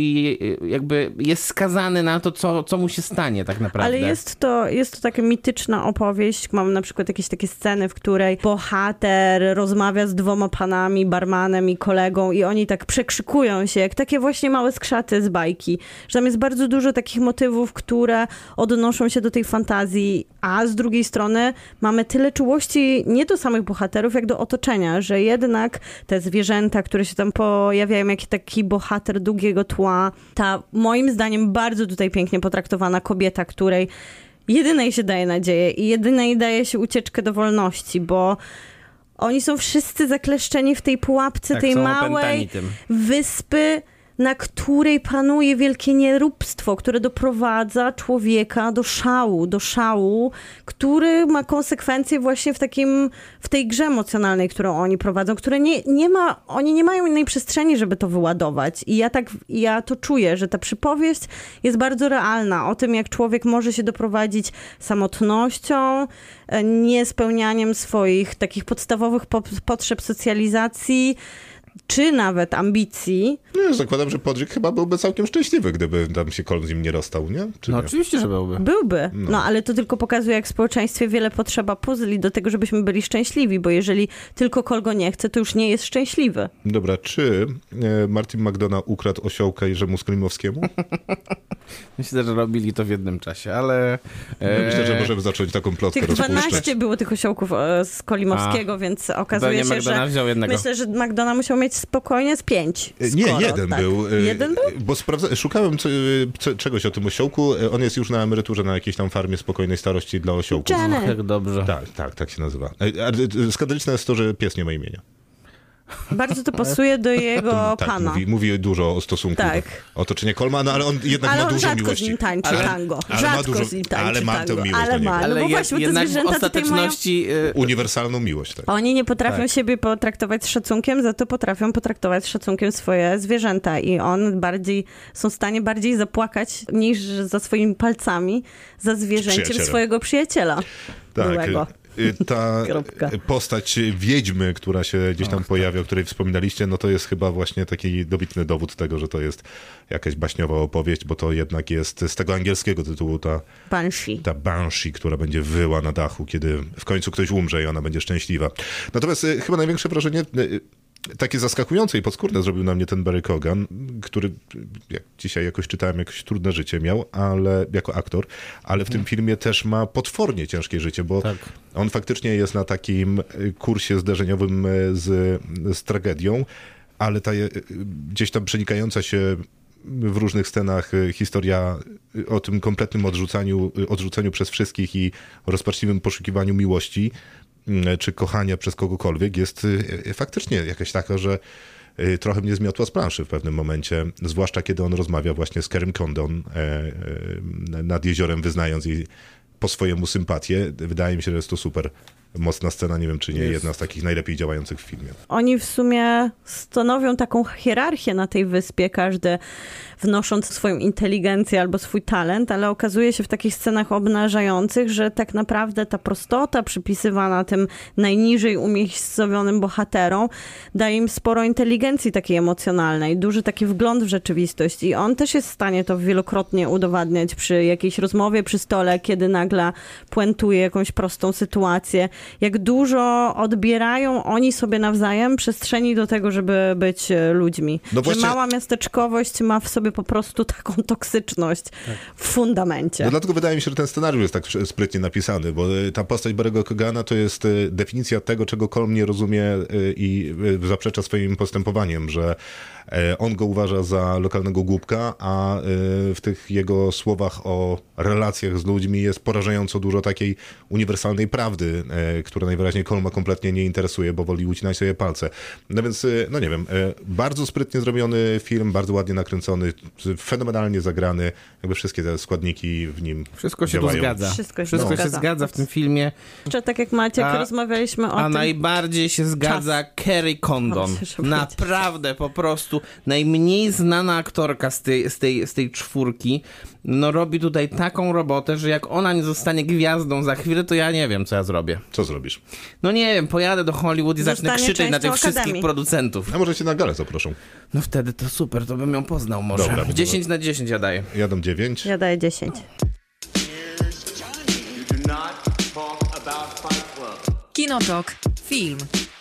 S4: jakby jest skazany na to, co mu się stanie tak naprawdę.
S3: Ale jest to taka mityczna opowieść. Mam na przykład jakieś takie sceny, w której bohater rozmawia z dwoma panami, barmanem i kolegą i oni tak przekrzykują się, jak takie właśnie małe skrzaty z bajki. Że tam jest bardzo dużo takich motywów, które odnoszą się do tej fantazji, a z drugiej strony mamy tyle czułości nie do samych bohaterów, jak do otoczenia, że jednak te zwierzęta, które się tam pojawiają, jak taki bohater długiego tła, ta moim zdaniem bardzo tutaj pięknie potraktowana kobieta, której jedynej się daje nadzieję i jedynej daje się ucieczkę do wolności, bo oni są wszyscy zakleszczeni w tej pułapce,
S4: Tak,
S3: tej
S4: są
S3: małej
S4: opętani tym.
S3: wyspy, na której panuje wielkie nieróbstwo, które doprowadza człowieka do szału, który ma konsekwencje właśnie w tej grze emocjonalnej, którą oni prowadzą, które oni nie mają innej przestrzeni, żeby to wyładować. I ja to czuję, że ta przypowieść jest bardzo realna o tym, jak człowiek może się doprowadzić samotnością, niespełnianiem swoich takich podstawowych potrzeb socjalizacji, czy nawet ambicji.
S2: No ja zakładam, że Podrick chyba byłby całkiem szczęśliwy, gdyby tam się Colm z nim nie rozstał, nie? Czy
S4: No
S2: nie?
S4: oczywiście, że byłby.
S3: Byłby. No ale to tylko pokazuje, jak w społeczeństwie wiele potrzeba puzli do tego, żebyśmy byli szczęśliwi, bo jeżeli tylko Cole go nie chce, to już nie jest szczęśliwy.
S2: Dobra, czy Martin McDonagh ukradł osiołka Jerzemu Skolimowskiemu?
S4: Myślę, że robili to w jednym czasie, ale...
S2: Myślę, że możemy zacząć taką plotkę
S3: Tych
S2: rozpuszczać.
S3: 12 było tych osiołków z Kolimowskiego, więc okazuje
S4: Pewnie
S3: się, że
S4: McDonagh wziął jednego.
S3: myślę, że McDonagh musiał mieć spokojnie z 5.
S2: Nie, jeden był.
S3: Jeden był?
S2: Bo szukałem czegoś o tym osiołku. On jest już na emeryturze na jakiejś tam farmie spokojnej starości dla osiołków.
S3: Jenny.
S4: Jak dobrze.
S2: Tak się nazywa. Skandaliczne jest to, że pies nie ma imienia.
S3: Bardzo to pasuje do jego
S2: Tak,
S3: pana.
S2: mówi dużo o stosunku
S3: Tak.
S2: otoczenia Colma, no ale on jednak
S3: Ale
S2: ma
S3: on
S2: dużo
S3: rzadko
S2: miłości.
S3: z nim tańczy tango.
S2: ale ma
S3: Rzadko
S2: dużo-
S3: z nim tańczy
S2: ale ma tę
S3: tango.
S2: miłość
S3: Ale
S2: do niego.
S3: ma, no bo właśnie, bo te
S4: jednak w
S3: zwierzęta tutaj mają...
S4: ostateczności...
S2: Uniwersalną miłość, tak.
S3: Oni nie potrafią
S4: Tak.
S3: siebie potraktować z szacunkiem, za to potrafią potraktować z szacunkiem swoje zwierzęta i są w stanie bardziej zapłakać niż za swoimi palcami za zwierzęciem
S2: Przyjacielem.
S3: swojego przyjaciela byłego.
S2: Ta
S3: Kropka.
S2: postać wiedźmy, która się gdzieś tam pojawia, o której wspominaliście, no to jest chyba właśnie taki dobitny dowód tego, że to jest jakaś baśniowa opowieść, bo to jednak jest z tego angielskiego tytułu
S3: Banshee.
S2: ta Banshee, która będzie wyła na dachu, kiedy w końcu ktoś umrze i ona będzie szczęśliwa. Natomiast chyba największe wrażenie takie zaskakujące i podskórne zrobił na mnie ten Barry Keoghan, który jak dzisiaj jakoś czytałem, jakoś trudne życie miał, ale jako aktor, ale w tym filmie też ma potwornie ciężkie życie, bo on faktycznie jest na takim kursie zderzeniowym z tragedią, ale ta gdzieś tam przenikająca się w różnych scenach historia o tym kompletnym odrzuceniu przez wszystkich i rozpaczliwym poszukiwaniu miłości czy kochania przez kogokolwiek jest faktycznie jakaś taka, że trochę mnie zmiotła z planszy w pewnym momencie, zwłaszcza kiedy on rozmawia właśnie z Kerem Condon nad jeziorem, wyznając jej po swojemu sympatię. Wydaje mi się, że jest to super mocna scena, nie wiem, czy nie jedna z takich najlepiej działających w filmie.
S3: Oni w sumie stanowią taką hierarchię na tej wyspie, każdy wnosząc swoją inteligencję albo swój talent, ale okazuje się w takich scenach obnażających, że tak naprawdę ta prostota przypisywana tym najniżej umiejscowionym bohaterom daje im sporo inteligencji takiej emocjonalnej, duży taki wgląd w rzeczywistość i on też jest w stanie to wielokrotnie udowadniać przy jakiejś rozmowie przy stole, kiedy nagle puentuje jakąś prostą sytuację. Jak dużo odbierają oni sobie nawzajem przestrzeni do tego, żeby być ludźmi.
S2: No właśnie...
S3: Że mała miasteczkowość ma w sobie po prostu taką toksyczność w fundamencie.
S2: No dlatego wydaje mi się, że ten scenariusz jest tak sprytnie napisany, bo ta postać Barry'ego Keoghana to jest definicja tego, czego Colm nie rozumie i zaprzecza swoim postępowaniem, że on go uważa za lokalnego głupka, a w tych jego słowach o relacjach z ludźmi jest porażająco dużo takiej uniwersalnej prawdy, która najwyraźniej Colma kompletnie nie interesuje, bo woli ucinać sobie palce. No więc, no nie wiem, bardzo sprytnie zrobiony film, bardzo ładnie nakręcony, fenomenalnie zagrany, jakby wszystkie te składniki w nim
S4: Wszystko się
S2: działają.
S4: tu zgadza.
S3: Wszystko
S4: się zgadza w tym filmie.
S3: Jeszcze tak jak Maciek, rozmawialiśmy o
S4: A
S3: tym...
S4: najbardziej się zgadza Kerry Condon.
S3: Możesz
S4: Naprawdę, po prostu najmniej znana aktorka z tej czwórki, no robi tutaj taką robotę, że jak ona nie zostanie gwiazdą za chwilę, to ja nie wiem, co ja zrobię.
S2: Co zrobisz?
S4: No nie wiem, pojadę do Hollywood i zacznę
S3: Zostanie
S4: krzyczeć na tych
S3: częścią
S4: wszystkich
S3: Akademii.
S4: producentów.
S2: A może cię na galę zaproszą?
S4: No wtedy to super, to bym ją poznał może.
S2: Dobra,
S4: 10 na 10 ja daję.
S2: Ja dam 9.
S3: Ja daję 10.
S1: Kinotok. Film.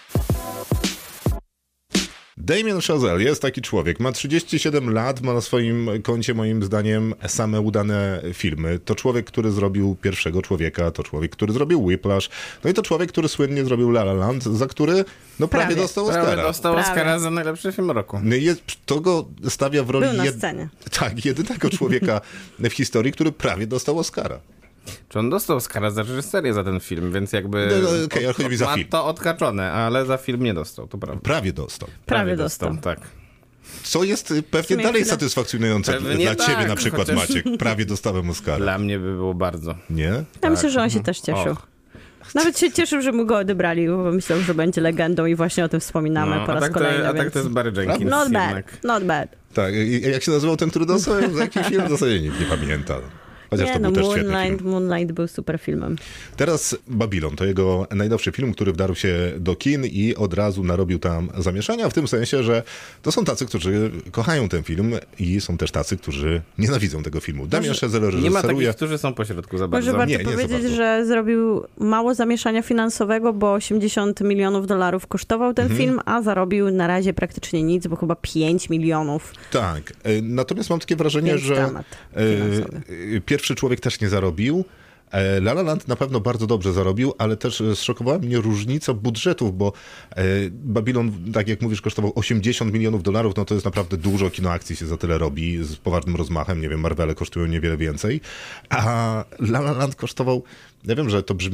S2: Damien Chazelle jest taki człowiek, ma 37 lat, ma na swoim koncie moim zdaniem same udane filmy. To człowiek, który zrobił Pierwszego Człowieka, to człowiek, który zrobił Whiplash, no i to człowiek, który słynnie zrobił La La Land, za który no prawie dostał Oscara.
S4: Prawie dostał
S3: Prawie.
S4: Oscara za najlepszy film roku.
S2: To go stawia w roli
S3: Był na scenie.
S2: tak, jedynego człowieka w historii, który prawie dostał Oscara.
S4: Czy on dostał Oscara za reżyserię za ten film, więc jakby
S2: No, okej, ale chodzi mi za
S4: ma
S2: film.
S4: to odkaczone, ale za film nie dostał, to prawda.
S2: Prawie dostał.
S3: Prawie dostał.
S4: Tak.
S2: Co jest pewnie dalej
S3: chwilę.
S2: satysfakcjonujące
S4: Pewnie
S2: dla ciebie
S4: tak,
S2: na przykład,
S4: chociaż-
S2: Maciek. Prawie dostałem Oscara.
S4: Dla mnie by było bardzo.
S2: Nie?
S3: Ja myślę, że on się też cieszył.
S4: Och.
S3: Nawet się cieszył, że mu go odebrali, bo myślał, że będzie legendą i właśnie o tym wspominamy po
S4: a
S3: raz
S4: tak
S3: kolejny.
S4: a tak
S3: więc...
S4: to jest Barry Jenkins
S3: Not bad,
S4: jednak.
S3: not bad.
S2: Tak, i jak się nazywał ten, który dostał? Za jaki film? W zasadzie nie pamiętam. Chociaż
S3: Nie,
S2: to
S3: no
S2: był też świetny film.
S3: Moonlight był super filmem.
S2: Teraz Babylon, to jego najnowszy film, który wdarł się do kin i od razu narobił tam zamieszania, w tym sensie, że to są tacy, którzy kochają ten film i są też tacy, którzy nienawidzą tego filmu. Damien Chazelle
S4: Nie ma
S2: reżyseruje.
S4: takich, którzy są pośrodku za
S3: Może
S4: bardzo.
S3: warto
S2: Nie za
S3: powiedzieć,
S2: bardzo.
S3: że zrobił mało zamieszania finansowego, bo 80 milionów dolarów kosztował ten film, a zarobił na razie praktycznie nic, bo chyba 5 milionów.
S2: Tak, natomiast mam takie wrażenie,
S3: Więc
S2: że
S3: dramat finansowy.
S2: Pierwszy Człowiek też nie zarobił. La La Land na pewno bardzo dobrze zarobił, ale też zszokowała mnie różnica budżetów, bo Babylon, tak jak mówisz, kosztował 80 milionów dolarów, no to jest naprawdę dużo, kino akcji się za tyle robi, z poważnym rozmachem, nie wiem, Marvele kosztują niewiele więcej, a La La Land kosztował, ja wiem, że to brzmi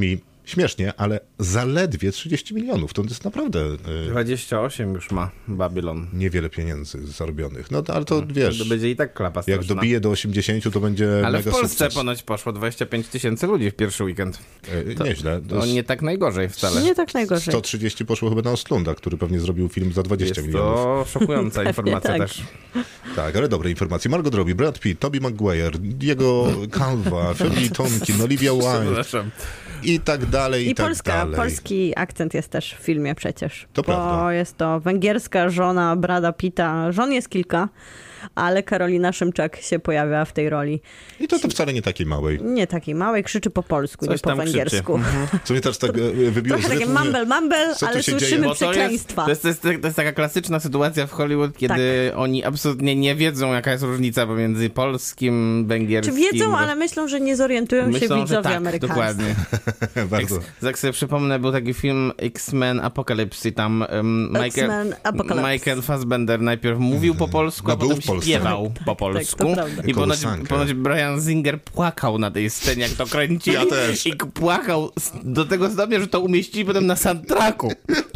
S2: śmiesznie, ale zaledwie 30 milionów. To jest naprawdę
S4: 28 już ma Babylon.
S2: niewiele pieniędzy zarobionych. No ale to wiesz,
S4: To będzie i tak klapa straszna.
S2: jak dobije do 80, to będzie
S4: Ale
S2: mega
S4: w Polsce
S2: sukces.
S4: ponoć poszło 25 000 ludzi w pierwszy weekend.
S2: Nieźle.
S4: To nie tak najgorzej wcale.
S3: Nie tak najgorzej.
S2: 130 poszło chyba na Ostlunda, który pewnie zrobił film za 20
S4: Jest
S2: milionów.
S4: to szokująca informacja
S3: tak.
S4: też.
S2: Tak, ale dobre informacje. Margot Robbie, Brad Pitt, Tobey Maguire, jego Calva, Phoebe Tonkin, Olivia Wilde
S4: Przepraszam.
S2: i tak dalej,
S3: I
S2: tak dalej.
S3: polski akcent jest też w filmie przecież.
S2: To prawda.
S3: Jest to węgierska żona Brada Pitta. Żon jest kilka, ale Karolina Szymczak się pojawia w tej roli.
S2: I to wcale nie takiej małej.
S3: Nie takiej małej, krzyczy po polsku,
S4: Coś
S3: nie po
S4: tam
S3: węgiersku.
S2: Co mnie też tak wybiło z
S3: Trochę takie
S2: rytmu.
S3: mumble,
S2: co tu
S3: ale
S2: się dzieje?
S3: słyszymy
S4: Bo
S3: przekleństwa.
S4: to jest taka klasyczna sytuacja w Hollywood, kiedy oni absolutnie nie wiedzą, jaka jest różnica pomiędzy polskim,
S3: Czy
S4: węgierskim.
S3: wiedzą, ale myślą, że nie zorientują się
S4: Myślą, że
S3: widzowie
S4: tak,
S3: amerykańscy.
S4: dokładnie.
S2: Bardzo.
S4: Jak sobie przypomnę, był taki film X-Men Apocalypse i tam
S3: X-Men Apocalypse.
S4: Michael Fassbender najpierw mówił po polsku,
S2: No,
S4: a
S2: był
S4: potem
S2: w Polsce.
S4: śpiewał po polsku.
S3: to prawda.
S4: I
S2: Kołysankę.
S4: ponoć Bryan Singer płakał na tej scenie, jak to kręcili.
S2: Ja też.
S4: I płakał do tego stopnia, że to umieścili potem na soundtracku.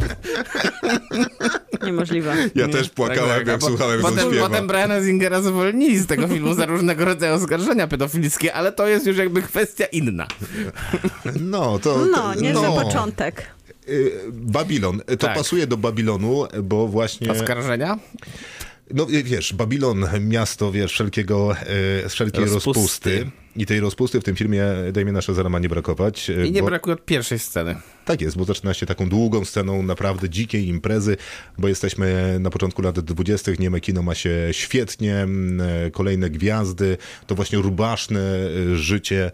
S3: Niemożliwe.
S2: Ja też płakałem,
S4: Tak,
S2: jak słuchałem, jak on
S4: potem,
S2: śpiewa.
S4: potem Briana Singera zwolnili z tego filmu za różnego rodzaju oskarżenia pedofilskie, ale to jest już jakby kwestia inna.
S2: No, to...
S3: No, niezły początek.
S2: Babilon. To
S4: Tak.
S2: pasuje do Babilonu, bo właśnie...
S4: Oskarżenia?
S2: No wiesz, Babilon, miasto, wiesz, wszelkiej rozpusty. I tej rozpusty w tym filmie Damiena Chazella ma nie brakować.
S4: I nie
S2: bo,
S4: brakuje od pierwszej sceny.
S2: Tak jest, bo zaczyna się taką długą sceną naprawdę dzikiej imprezy, bo jesteśmy na początku lat 20. Nieme kino ma się świetnie, kolejne gwiazdy, to właśnie rubaszne życie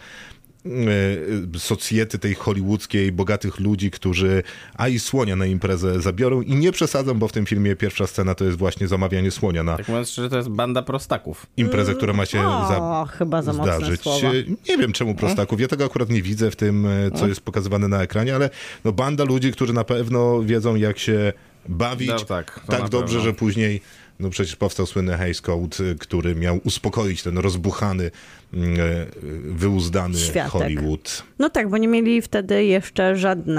S2: socjety tej hollywoodzkiej, bogatych ludzi, którzy i słonia na imprezę zabiorą i nie przesadzam, bo w tym filmie pierwsza scena to jest właśnie zamawianie słonia na
S4: Tak mówiąc szczerze, to jest banda prostaków.
S2: imprezę, która ma się
S3: Chyba za mocne
S2: zdarzyć.
S3: słowa.
S2: Nie wiem czemu prostaków, ja tego akurat nie widzę w tym, co jest pokazywane na ekranie, ale no banda ludzi, którzy na pewno wiedzą, jak się bawić
S4: No tak, to
S2: tak
S4: na
S2: dobrze,
S4: pewno.
S2: że później no przecież powstał słynny Hays Code, który miał uspokoić ten rozbuchany, wyuzdany
S3: Światek.
S2: Hollywood.
S3: No tak, bo nie mieli wtedy jeszcze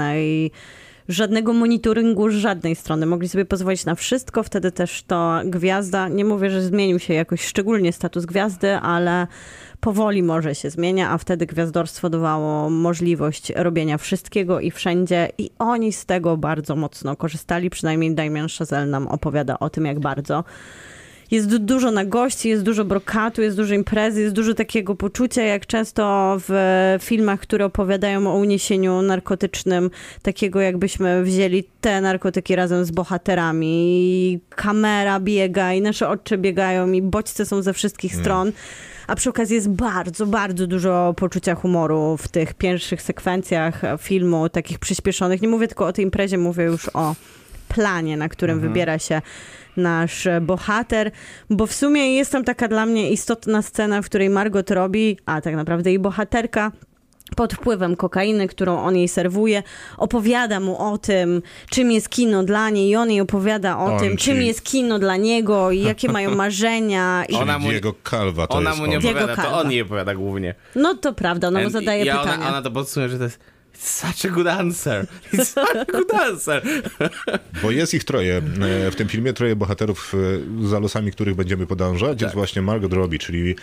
S3: żadnego monitoringu z żadnej strony. Mogli sobie pozwolić na wszystko, wtedy też to gwiazda, nie mówię, że zmienił się jakoś szczególnie status gwiazdy, ale powoli może się zmienia, a wtedy gwiazdorstwo dawało możliwość robienia wszystkiego i wszędzie i oni z tego bardzo mocno korzystali, przynajmniej Damien Chazelle nam opowiada o tym, jak bardzo. Jest dużo na gości, jest dużo brokatu, jest dużo imprezy, jest dużo takiego poczucia, jak często w filmach, które opowiadają o uniesieniu narkotycznym, takiego jakbyśmy wzięli te narkotyki razem z bohaterami i kamera biega i nasze oczy biegają i bodźce są ze wszystkich stron. A przy okazji jest bardzo, bardzo dużo poczucia humoru w tych pierwszych sekwencjach filmu, takich przyspieszonych. Nie mówię tylko o tej imprezie, mówię już o planie, na którym wybiera się nasz bohater, bo w sumie jest tam taka dla mnie istotna scena, w której Margot Robbie, a tak naprawdę jej bohaterka, pod wpływem kokainy, którą on jej serwuje, opowiada mu o tym, czym jest kino dla niej i on jej opowiada o tym, czym jest kino dla niego i jakie mają marzenia. I...
S4: Ona mu-
S2: Diego Calva to
S4: Ona
S2: jest
S4: mu nie
S2: on.
S3: Diego
S4: opowiada, to
S3: Calva.
S4: on jej opowiada głównie.
S3: No to prawda, no bo zadaje pytania.
S4: Ona to podsumuje, że to jest such a good answer. It's such a good answer.
S2: Bo jest ich troje. W tym filmie troje bohaterów, za losami których będziemy podążać. Jest właśnie Margot Robbie, czyli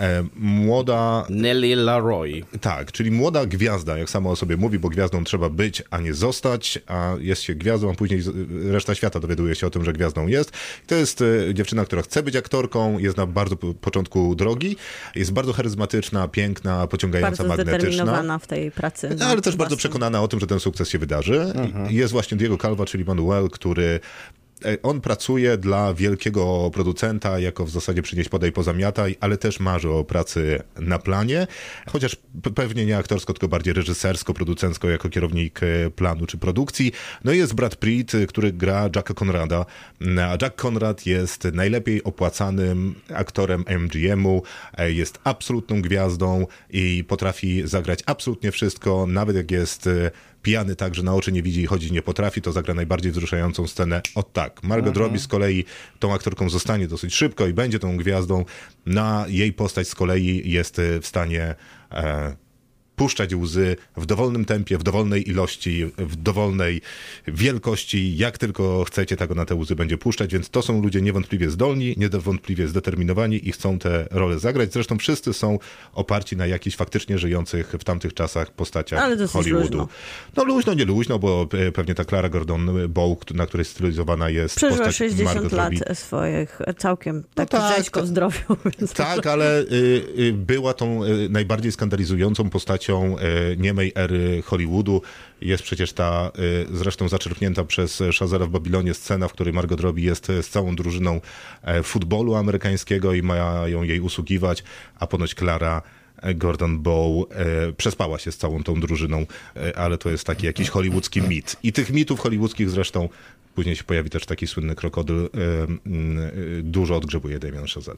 S2: młoda...
S4: Nellie Leroy.
S2: Tak, czyli młoda gwiazda, jak sama o sobie mówi, bo gwiazdą trzeba być, a nie zostać, a jest się gwiazdą, a później reszta świata dowiaduje się o tym, że gwiazdą jest. To jest dziewczyna, która chce być aktorką, jest na bardzo początku drogi, jest bardzo charyzmatyczna, piękna, pociągająca,
S3: Bardzo
S2: magnetyczna.
S3: zdeterminowana w tej pracy.
S2: No, ale też bardzo przekonana o tym, że ten sukces się wydarzy. I jest właśnie Diego Calva, czyli Manuel, który on pracuje dla wielkiego producenta, jako w zasadzie przynieść, podaj, pozamiataj, ale też marzy o pracy na planie, chociaż pewnie nie aktorsko, tylko bardziej reżysersko, producencko, jako kierownik planu czy produkcji. No i jest Brad Pitt, który gra Jacka Conrada, a Jack Conrad jest najlepiej opłacanym aktorem MGM-u, jest absolutną gwiazdą i potrafi zagrać absolutnie wszystko, nawet jak jest pijany tak, że na oczy nie widzi i chodzić nie potrafi, to zagra najbardziej wzruszającą scenę. O tak, Margot Robbie z kolei tą aktorką zostanie dosyć szybko i będzie tą gwiazdą. Na jej postać z kolei jest w stanie puszczać łzy w dowolnym tempie, w dowolnej ilości, w dowolnej wielkości, jak tylko chcecie, tak na te łzy będzie puszczać, więc to są ludzie niewątpliwie zdolni, niewątpliwie zdeterminowani i chcą te role zagrać. Zresztą wszyscy są oparci na jakichś faktycznie żyjących w tamtych czasach postaciach Hollywoodu. Luźno. No luźno, nie luźno, bo pewnie ta Clara Gordon Bow, na której stylizowana jest
S3: przeżyła
S2: postać
S3: 60
S2: Margot
S3: lat
S2: Robbie.
S3: swoich całkiem tak rzeźko w zdrowiu. Więc
S2: tak, ale była tą najbardziej skandalizującą postacią niemej ery Hollywoodu. Jest przecież ta zresztą zaczerpnięta przez Chazela w Babilonie scena, w której Margot Robbie jest z całą drużyną futbolu amerykańskiego i mają jej usługiwać, a ponoć Clara Gordon Bow przespała się z całą tą drużyną, ale to jest taki jakiś hollywoodzki mit. I tych mitów hollywoodzkich zresztą później się pojawi też taki słynny krokodyl, dużo odgrzebuje Damien Chazelle.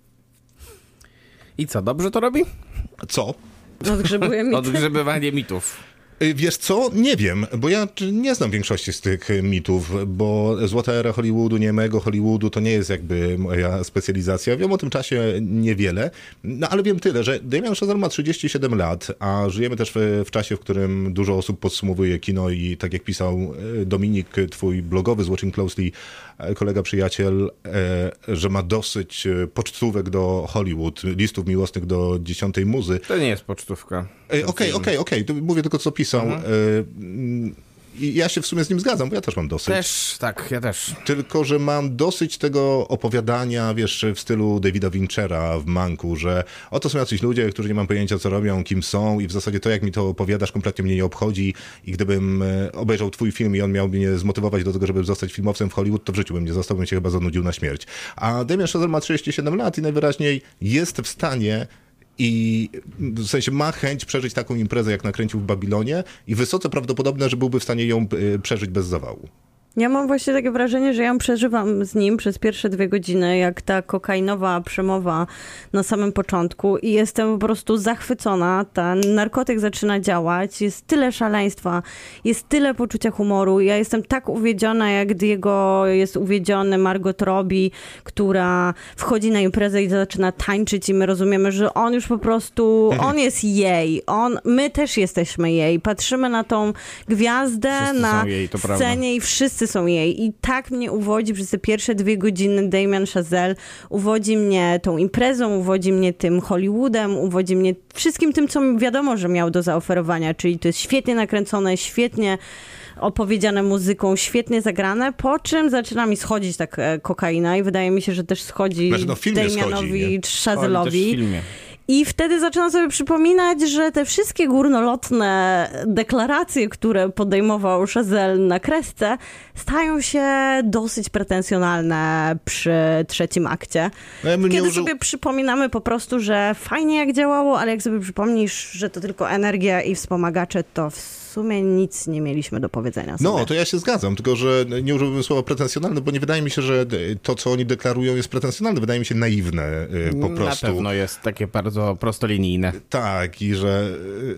S4: I co, dobrze to robi?
S2: Co?
S3: odgrzebuje mit.
S4: Odgrzebywanie mitów.
S2: Wiesz co? Nie wiem, bo ja nie znam większości z tych mitów, bo złota era Hollywoodu, niemego Hollywoodu to nie jest jakby moja specjalizacja. Wiem o tym czasie niewiele, no ale wiem tyle, że Damien Chazelle ma 37 lat, a żyjemy też w czasie, w którym dużo osób podsumowuje kino i tak jak pisał Dominik, twój blogowy z Watching Closely, kolega, przyjaciel, że ma dosyć pocztówek do Hollywood, listów miłosnych do 10. muzy.
S4: To nie jest pocztówka.
S2: Okej, mówię tylko co pisał. I ja się w sumie z nim zgadzam, bo ja też mam dosyć.
S4: Ja też.
S2: Tylko, że mam dosyć tego opowiadania, wiesz, w stylu Davida Finchera w Manku, że oto są jacyś ludzie, którzy nie mam pojęcia, co robią, kim są i w zasadzie to, jak mi to opowiadasz, kompletnie mnie nie obchodzi i gdybym obejrzał twój film i on miał mnie zmotywować do tego, żeby zostać filmowcem w Hollywood, to w życiu bym nie został, bym się chyba zanudził na śmierć. A Damien Chazelle ma 37 lat i najwyraźniej jest w stanie i w sensie ma chęć przeżyć taką imprezę, jak nakręcił w Babilonie i wysoce prawdopodobne, że byłby w stanie ją przeżyć bez zawału.
S3: Ja mam właśnie takie wrażenie, że ja przeżywam z nim przez pierwsze 2 godziny, jak ta kokainowa przemowa na samym początku i jestem po prostu zachwycona. Ten narkotyk zaczyna działać, jest tyle szaleństwa, jest tyle poczucia humoru. Ja jestem tak uwiedziona, jak Diego jest uwiedziony, Margot Robbie, która wchodzi na imprezę i zaczyna tańczyć i my rozumiemy, że on już po prostu, on jest jej, my też jesteśmy jej. Patrzymy na tą gwiazdę
S4: Wszyscy
S3: na
S4: jej, to
S3: scenie
S4: prawda.
S3: i wszyscy są jej. I tak mnie uwodzi przez te pierwsze 2 godziny Damien Chazelle. Uwodzi mnie tą imprezą, uwodzi mnie tym Hollywoodem, uwodzi mnie wszystkim tym, co wiadomo, że miał do zaoferowania. Czyli to jest świetnie nakręcone, świetnie opowiedziane muzyką, świetnie zagrane, po czym zaczyna mi schodzić tak kokaina i wydaje mi się, że też schodzi Damianowi Chazelle'owi. I wtedy zaczynam sobie przypominać, że te wszystkie górnolotne deklaracje, które podejmował Chazelle na kresce, stają się dosyć pretensjonalne przy 3. akcie. Kiedy sobie przypominamy po prostu, że fajnie jak działało, ale jak sobie przypomnisz, że to tylko energia i wspomagacze, to w sumie nic nie mieliśmy do powiedzenia sobie.
S2: No, to ja się zgadzam, tylko że nie użyłbym słowa pretensjonalne, bo nie wydaje mi się, że to, co oni deklarują, jest pretensjonalne. Wydaje mi się naiwne po prostu.
S4: Na pewno jest takie bardzo prostolinijne.
S2: Tak, i że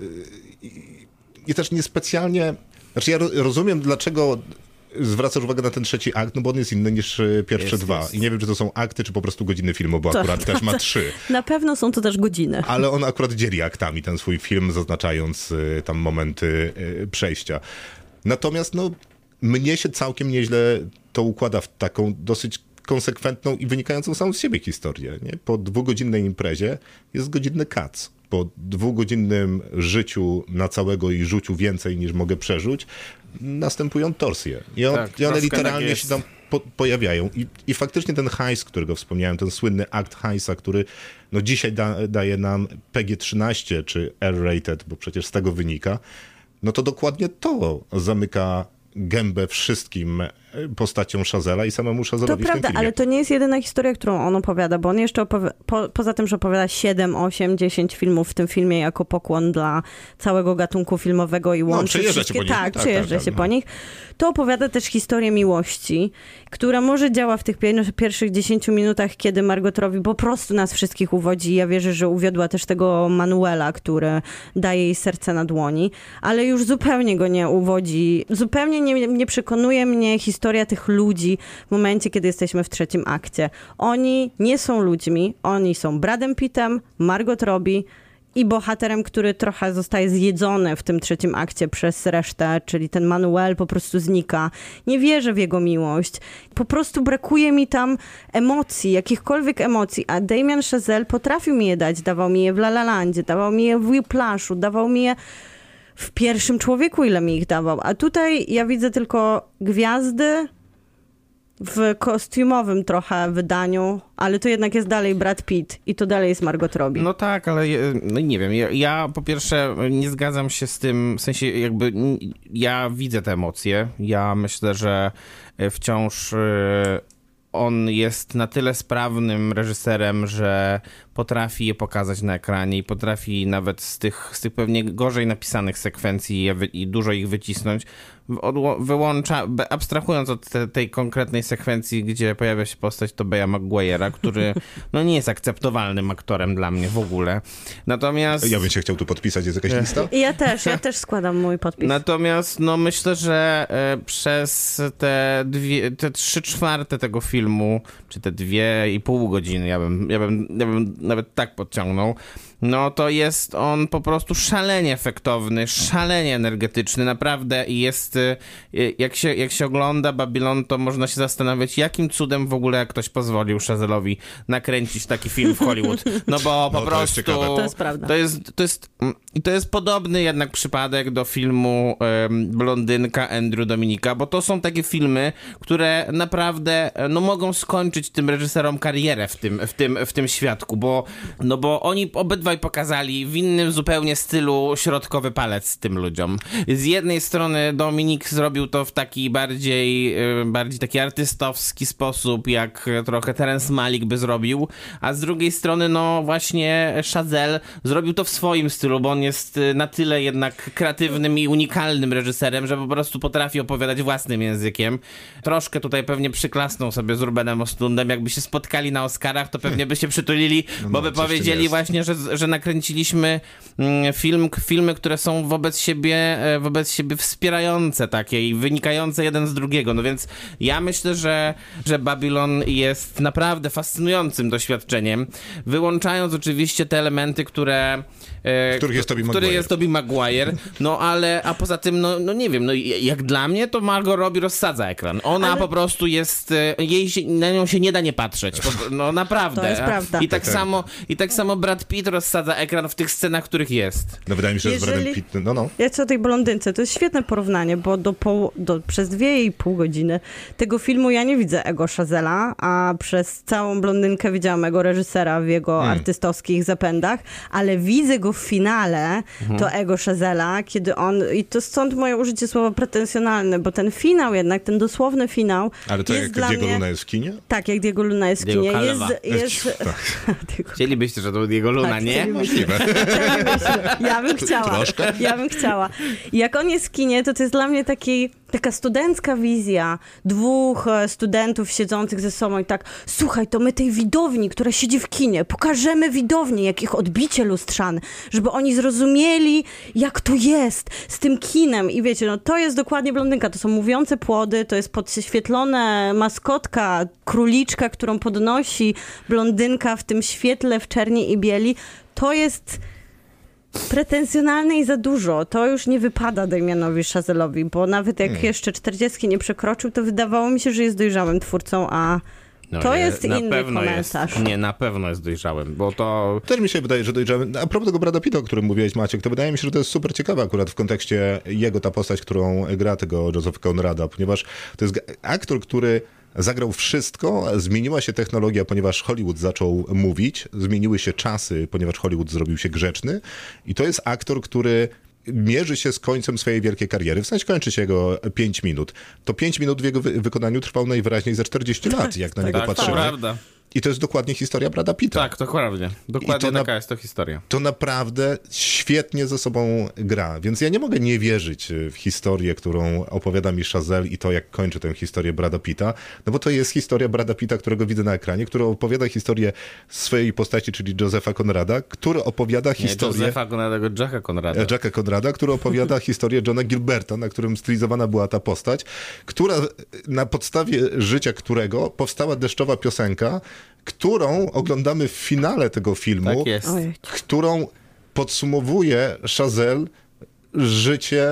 S2: i też niespecjalnie... Znaczy ja rozumiem, dlaczego zwracasz uwagę na ten 3. akt, no bo on jest inny niż pierwsze 2. I nie wiem, czy to są akty, czy po prostu godziny filmu, bo akurat też ma 3.
S3: Na pewno są to też godziny.
S2: Ale on akurat dzieli aktami ten swój film, zaznaczając tam momenty przejścia. Natomiast no, mnie się całkiem nieźle to układa w taką dosyć konsekwentną i wynikającą samą z siebie historię. Nie? Po 2-godzinnej imprezie jest godzinny kac. Po 2-godzinnym życiu na całego i rzuciu więcej niż mogę przeżyć, następują torsje. I one literalnie tak się tam pojawiają. I faktycznie ten hajs, którego wspomniałem, ten słynny akt hajsa, który no dzisiaj daje nam PG-13 czy R-rated, bo przecież z tego wynika, no to dokładnie to zamyka gębę wszystkim postacią Chazella i samemu Chazelle'owi
S3: To
S2: w tym
S3: prawda,
S2: filmie.
S3: ale to nie jest jedyna historia, którą on opowiada, bo on jeszcze poza tym, że opowiada 7, 8, 10 filmów w tym filmie jako pokłon dla całego gatunku filmowego i łączy
S2: przejeżdża się po nich.
S3: Tak, przejeżdża się po nich. To opowiada też historię miłości, która może działa w tych pierwszych 10 minutach, kiedy Margot Robbie po prostu nas wszystkich uwodzi. Ja wierzę, że uwiodła też tego Manuela, który daje jej serce na dłoni, ale już zupełnie go nie uwodzi. Zupełnie nie przekonuje mnie historia tych ludzi w momencie, kiedy jesteśmy w 3. akcie. Oni nie są ludźmi, oni są Bradem Pittem, Margot Robbie i bohaterem, który trochę zostaje zjedzony w tym trzecim akcie przez resztę, czyli ten Manuel po prostu znika. Nie wierzę w jego miłość. Po prostu brakuje mi tam emocji, jakichkolwiek emocji, a Damien Chazelle potrafił mi je dać. Dawał mi je w La La Landzie, dawał mi je w Whiplashu, dawał mi je w Pierwszym Człowieku, ile mi ich dawał. A tutaj ja widzę tylko gwiazdy w kostiumowym trochę wydaniu, ale to jednak jest dalej Brad Pitt i to dalej jest Margot Robbie.
S4: No tak, ale no nie wiem, ja po pierwsze nie zgadzam się z tym, w sensie jakby ja widzę te emocje, ja myślę, że wciąż on jest na tyle sprawnym reżyserem, że potrafi je pokazać na ekranie i potrafi nawet z tych pewnie gorzej napisanych sekwencji i dużo ich wycisnąć. Wyłącza, abstrahując od tej konkretnej sekwencji, gdzie pojawia się postać Tobeya Maguire'a, który no nie jest akceptowalnym aktorem dla mnie w ogóle. Natomiast...
S2: Ja bym się chciał tu podpisać, jest jakaś lista?
S3: I ja też składam mój podpis.
S4: Natomiast no myślę, że przez te 3/4 tego filmu, czy te 2,5 godziny, ja bym nawet tak podciągnął, no to jest on po prostu szalenie efektowny, szalenie energetyczny, naprawdę, i jest, jak się ogląda Babylon, to można się zastanawiać, jakim cudem w ogóle ktoś pozwolił Chazelle'owi nakręcić taki film w Hollywood. No bo po prostu...
S3: To jest prawda.
S4: To jest podobny jednak przypadek do filmu Blondynka Andrew Dominika, bo to są takie filmy, które naprawdę no mogą skończyć tym reżyserom karierę w tym świadku, bo oni obydwaj pokazali w innym zupełnie stylu środkowy palec tym ludziom. Z jednej strony Dominik zrobił to w taki bardziej taki artystowski sposób, jak trochę Terence Malick by zrobił, a z drugiej strony no właśnie Chazelle zrobił to w swoim stylu, bo on jest na tyle jednak kreatywnym i unikalnym reżyserem, że po prostu potrafi opowiadać własnym językiem. Troszkę tutaj pewnie przyklasnął sobie z Rubenem Östlundem, jakby się spotkali na Oscarach, to pewnie by się przytulili, bo by powiedzieli właśnie, że nakręciliśmy filmy, które są wobec siebie wspierające takie i wynikające jeden z drugiego. No więc ja myślę, że Babylon jest naprawdę fascynującym doświadczeniem, wyłączając oczywiście te elementy, których jest Tobey Maguire. No ale, a poza tym, no nie wiem, no jak dla mnie to Margot Robbie rozsadza ekran. Ona po prostu jest, na nią się nie da nie patrzeć. No naprawdę.
S3: To jest prawda.
S4: I tak samo Brad Pitt rozsadza ekran w tych scenach, w których jest.
S2: No wydaje mi się, że z Bradem Pitt... No.
S3: Ja co o tej blondynce, to jest świetne porównanie, bo przez 2,5 godziny tego filmu ja nie widzę ego Chazella, a przez całą blondynkę widziałam ego reżysera w jego artystowskich zapędach, ale widzę go w finale, to ego Chazella, kiedy on, i to stąd moje użycie słowa pretensjonalne, bo ten finał jednak, ten dosłowny finał.
S2: Ale to jak Diego Luna jest w kinie?
S3: Tak, jak Diego Luna jest w kinie.
S4: Chcielibyście, że to Diego Luna,
S3: tak,
S4: nie?
S2: Możliwe.
S3: Ja bym chciała.
S2: Troszkę?
S3: Ja bym chciała. I jak on jest w kinie, to jest dla mnie taka studencka wizja dwóch studentów siedzących ze sobą i tak, słuchaj, to my tej widowni, która siedzi w kinie, pokażemy widowni, jak ich odbicie lustrzane, żeby oni zrozumieli, jak to jest z tym kinem. I wiecie, no to jest dokładnie blondynka. To są mówiące płody, to jest podświetlone maskotka, króliczka, którą podnosi blondynka w tym świetle, w czerni i bieli. To jest pretensjonalne i za dużo. To już nie wypada Damianowi Chazelle'owi, bo nawet jak jeszcze 40 nie przekroczył, to wydawało mi się, że jest dojrzałym twórcą, a to jest inny komentarz.
S4: Na pewno jest dojrzałym, bo to...
S2: Też mi się wydaje, że dojrzałem. A propos tego Brada Pitta, o którym mówiłeś, Maciek, to wydaje mi się, że to jest super ciekawe akurat w kontekście jego, ta postać, którą gra tego Josepha Conrada, ponieważ to jest aktor, który zagrał wszystko, zmieniła się technologia, ponieważ Hollywood zaczął mówić, zmieniły się czasy, ponieważ Hollywood zrobił się grzeczny i to jest aktor, który mierzy się z końcem swojej wielkiej kariery. W sensie kończy się jego 5 minut. To 5 minut w jego wykonaniu trwał najwyraźniej za 40 lat, jak na niego patrzymy.
S4: To prawda.
S2: I to jest dokładnie historia Brada Pitta.
S4: Tak, dokładnie. Dokładnie taka jest to historia.
S2: To naprawdę świetnie ze sobą gra, więc ja nie mogę nie wierzyć w historię, którą opowiada mi Chazelle i to, jak kończy tę historię Brada Pitta, no bo to jest historia Brada Pitta, którego widzę na ekranie, który opowiada historię swojej postaci, czyli Josepha Conrada, który opowiada historię...
S4: Josepha Conrada,
S2: Jacka Conrada, który opowiada historię Johna Gilberta, na którym stylizowana była ta postać, która na podstawie życia którego powstała deszczowa piosenka, którą oglądamy w finale tego filmu,
S4: tak jest.
S2: którą podsumowuje Chazelle życie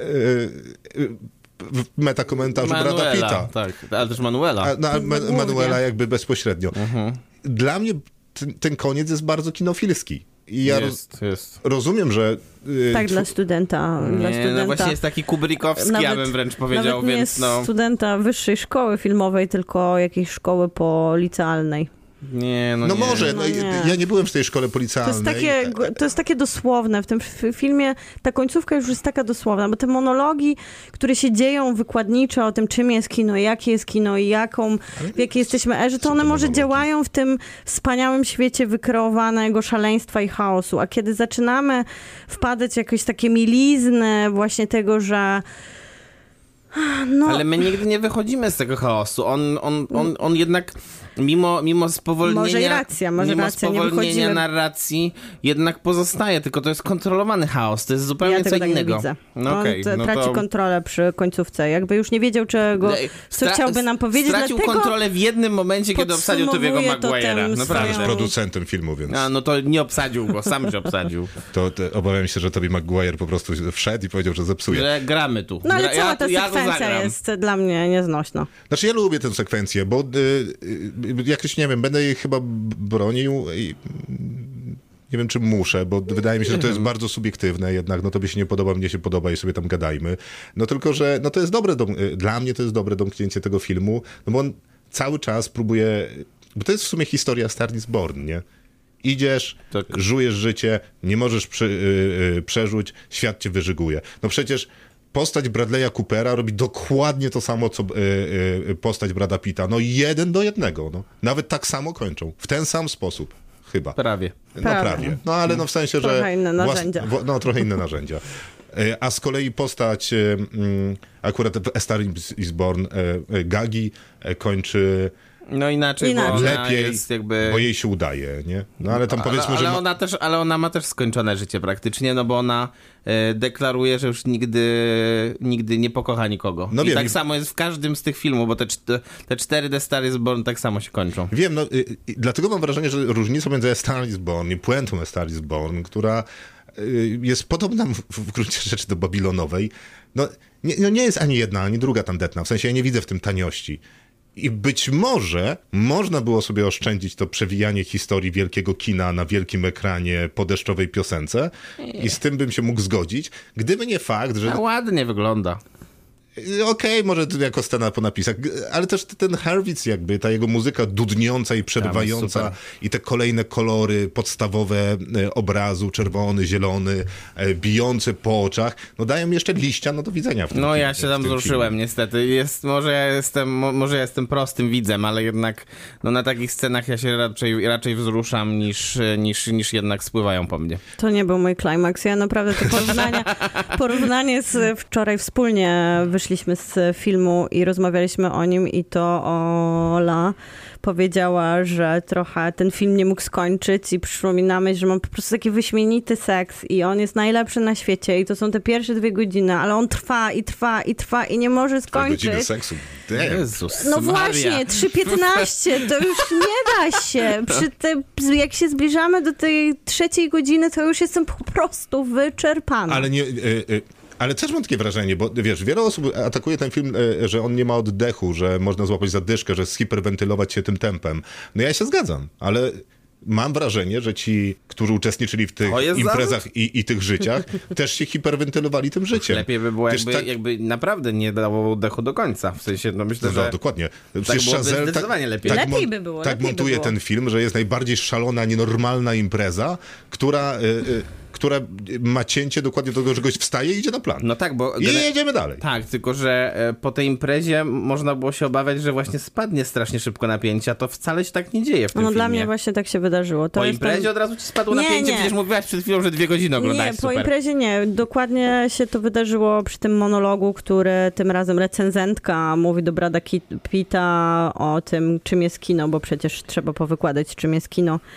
S2: w metakomentarzu Brada Pitta.
S4: Tak, ale też Manuela.
S2: Manuela jakby bezpośrednio. Dla mnie ten koniec jest bardzo kinofilski. I ja rozumiem, że...
S3: Tak, dla studenta.
S4: No właśnie jest taki kubrikowski, ja bym wręcz powiedział,
S3: nawet
S4: więc
S3: nie studenta wyższej szkoły filmowej, tylko jakiejś szkoły policealnej.
S4: Nie.
S2: Może, ja nie byłem w tej szkole policealnej.
S3: To jest takie dosłowne. W tym filmie ta końcówka już jest taka dosłowna, bo te monologi, które się dzieją wykładnicze o tym, czym jest kino, jakie jest kino i w jakiej jesteśmy erze, to one może działają w tym wspaniałym świecie wykreowanego szaleństwa i chaosu. A kiedy zaczynamy wpadać w jakieś takie milizny właśnie tego, że
S4: ale my nigdy nie wychodzimy z tego chaosu. On jednak mimo spowolnienia, spowolnienia narracji jednak pozostaje, tylko to jest kontrolowany chaos, to jest zupełnie co innego.
S3: Nie widzę. On traci kontrolę przy końcówce, jakby już nie wiedział co chciałby nam powiedzieć.
S4: Stracił kontrolę w jednym momencie, kiedy obsadził Tobiego Maguire'a.
S2: Naprawdę. Jest producentem filmu, więc...
S4: No to nie obsadził go, sam się obsadził.
S2: To obawiam się, że Tobey Maguire po prostu wszedł i powiedział, że zepsuje.
S4: Że gramy tu.
S3: No ale cała ta sekwencja jest dla mnie nieznośna.
S2: Znaczy ja lubię tę sekwencję, bo jakoś, nie wiem, będę jej chyba bronił i nie wiem, czy muszę, bo wydaje mi się, że to jest bardzo subiektywne jednak, no tobie się nie podoba, mnie się podoba i sobie tam gadajmy. No tylko, że to jest dobre, dla mnie to jest dobre domknięcie tego filmu, no bo on cały czas próbuje, bo to jest w sumie historia Star is Born, nie? Idziesz, żujesz życie, nie możesz przeżuć, świat cię wyżyguje. No przecież postać Bradley'a Coopera robi dokładnie to samo, co postać Brada Pitta. No 1:1. No. Nawet tak samo kończą. W ten sam sposób. Chyba.
S4: Prawie.
S2: Prawie. No ale w sensie, że...
S3: Trochę inne narzędzia.
S2: Trochę inne narzędzia. A z kolei postać akurat A Star is Born Gagi kończy...
S4: No inaczej. Bo
S2: lepiej,
S4: jest jakby...
S2: bo jej się udaje, nie? No ale tam powiedzmy, że...
S4: Ale ona ma też skończone życie praktycznie, no bo ona deklaruje, że już nigdy nie pokocha nikogo. No I tak samo jest w każdym z tych filmów, bo te 4 The Star is Born tak samo się kończą.
S2: Wiem, dlatego mam wrażenie, że różnica między A Star is Born i puentą A Star is Born, która jest podobna w gruncie rzeczy do babilonowej, nie jest ani jedna, ani druga tandetna. W sensie ja nie widzę w tym taniości. I być może można było sobie oszczędzić to przewijanie historii wielkiego kina na wielkim ekranie po deszczowej piosence i z tym bym się mógł zgodzić, gdyby nie fakt, że...
S4: A ładnie wygląda.
S2: Okej, może jako scena po napisach, ale też ten Hurwitz jakby, ta jego muzyka dudniąca i przebywająca i te kolejne kolory podstawowe obrazu, czerwony, zielony, bijące po oczach, dają mi jeszcze liścia, do widzenia w tym
S4: ja się tam wzruszyłem niestety. Może ja jestem prostym widzem, ale jednak na takich scenach ja się raczej wzruszam niż jednak spływają po mnie. To
S3: nie był mój klimaks. Ja naprawdę to porównanie z wczoraj wspólnie wyszliśmy z filmu i rozmawialiśmy o nim i to Ola powiedziała, że trochę ten film nie mógł skończyć i przyszło mi na myśl, że mam po prostu taki wyśmienity seks i on jest najlepszy na świecie i to są te pierwsze 2 godziny, ale on trwa i nie może skończyć.
S2: 2 godziny seksu.
S4: Jezus
S3: No Maria. Właśnie, 3:15, to już nie da się. Jak się zbliżamy do tej 3 godziny, to już jestem po prostu wyczerpana.
S2: Ale nie... Ale też mam takie wrażenie, bo wiesz, wiele osób atakuje ten film, że on nie ma oddechu, że można złapać zadyszkę, że zhiperwentylować się tym tempem. No ja się zgadzam, ale mam wrażenie, że ci, którzy uczestniczyli w tych imprezach i tych życiach, też się hiperwentylowali tym życiem.
S4: Lepiej by było, jakby naprawdę nie dało oddechu do końca. W sensie, myślę, że...
S2: dokładnie.
S4: Tak byłoby zdecydowanie lepiej.
S3: Lepiej by było.
S2: Tak montuje ten film, że jest najbardziej szalona, nienormalna impreza, która ma cięcie dokładnie do tego, że gość wstaje i idzie na plan.
S4: No tak, bo...
S2: I jedziemy dalej.
S4: Tak, tylko że po tej imprezie można było się obawiać, że właśnie spadnie strasznie szybko napięcie, a to wcale się tak nie dzieje w tym filmie.
S3: Dla mnie właśnie tak się wydarzyło.
S4: Po imprezie od razu ci spadło napięcie, przecież mówiłaś przed chwilą, że 2 godziny oglądałeś.
S3: Nie, po imprezie nie. Dokładnie się to wydarzyło przy tym monologu, który tym razem recenzentka mówi do Brada Pitta o tym, czym jest kino, bo przecież trzeba powykładać, czym jest kino.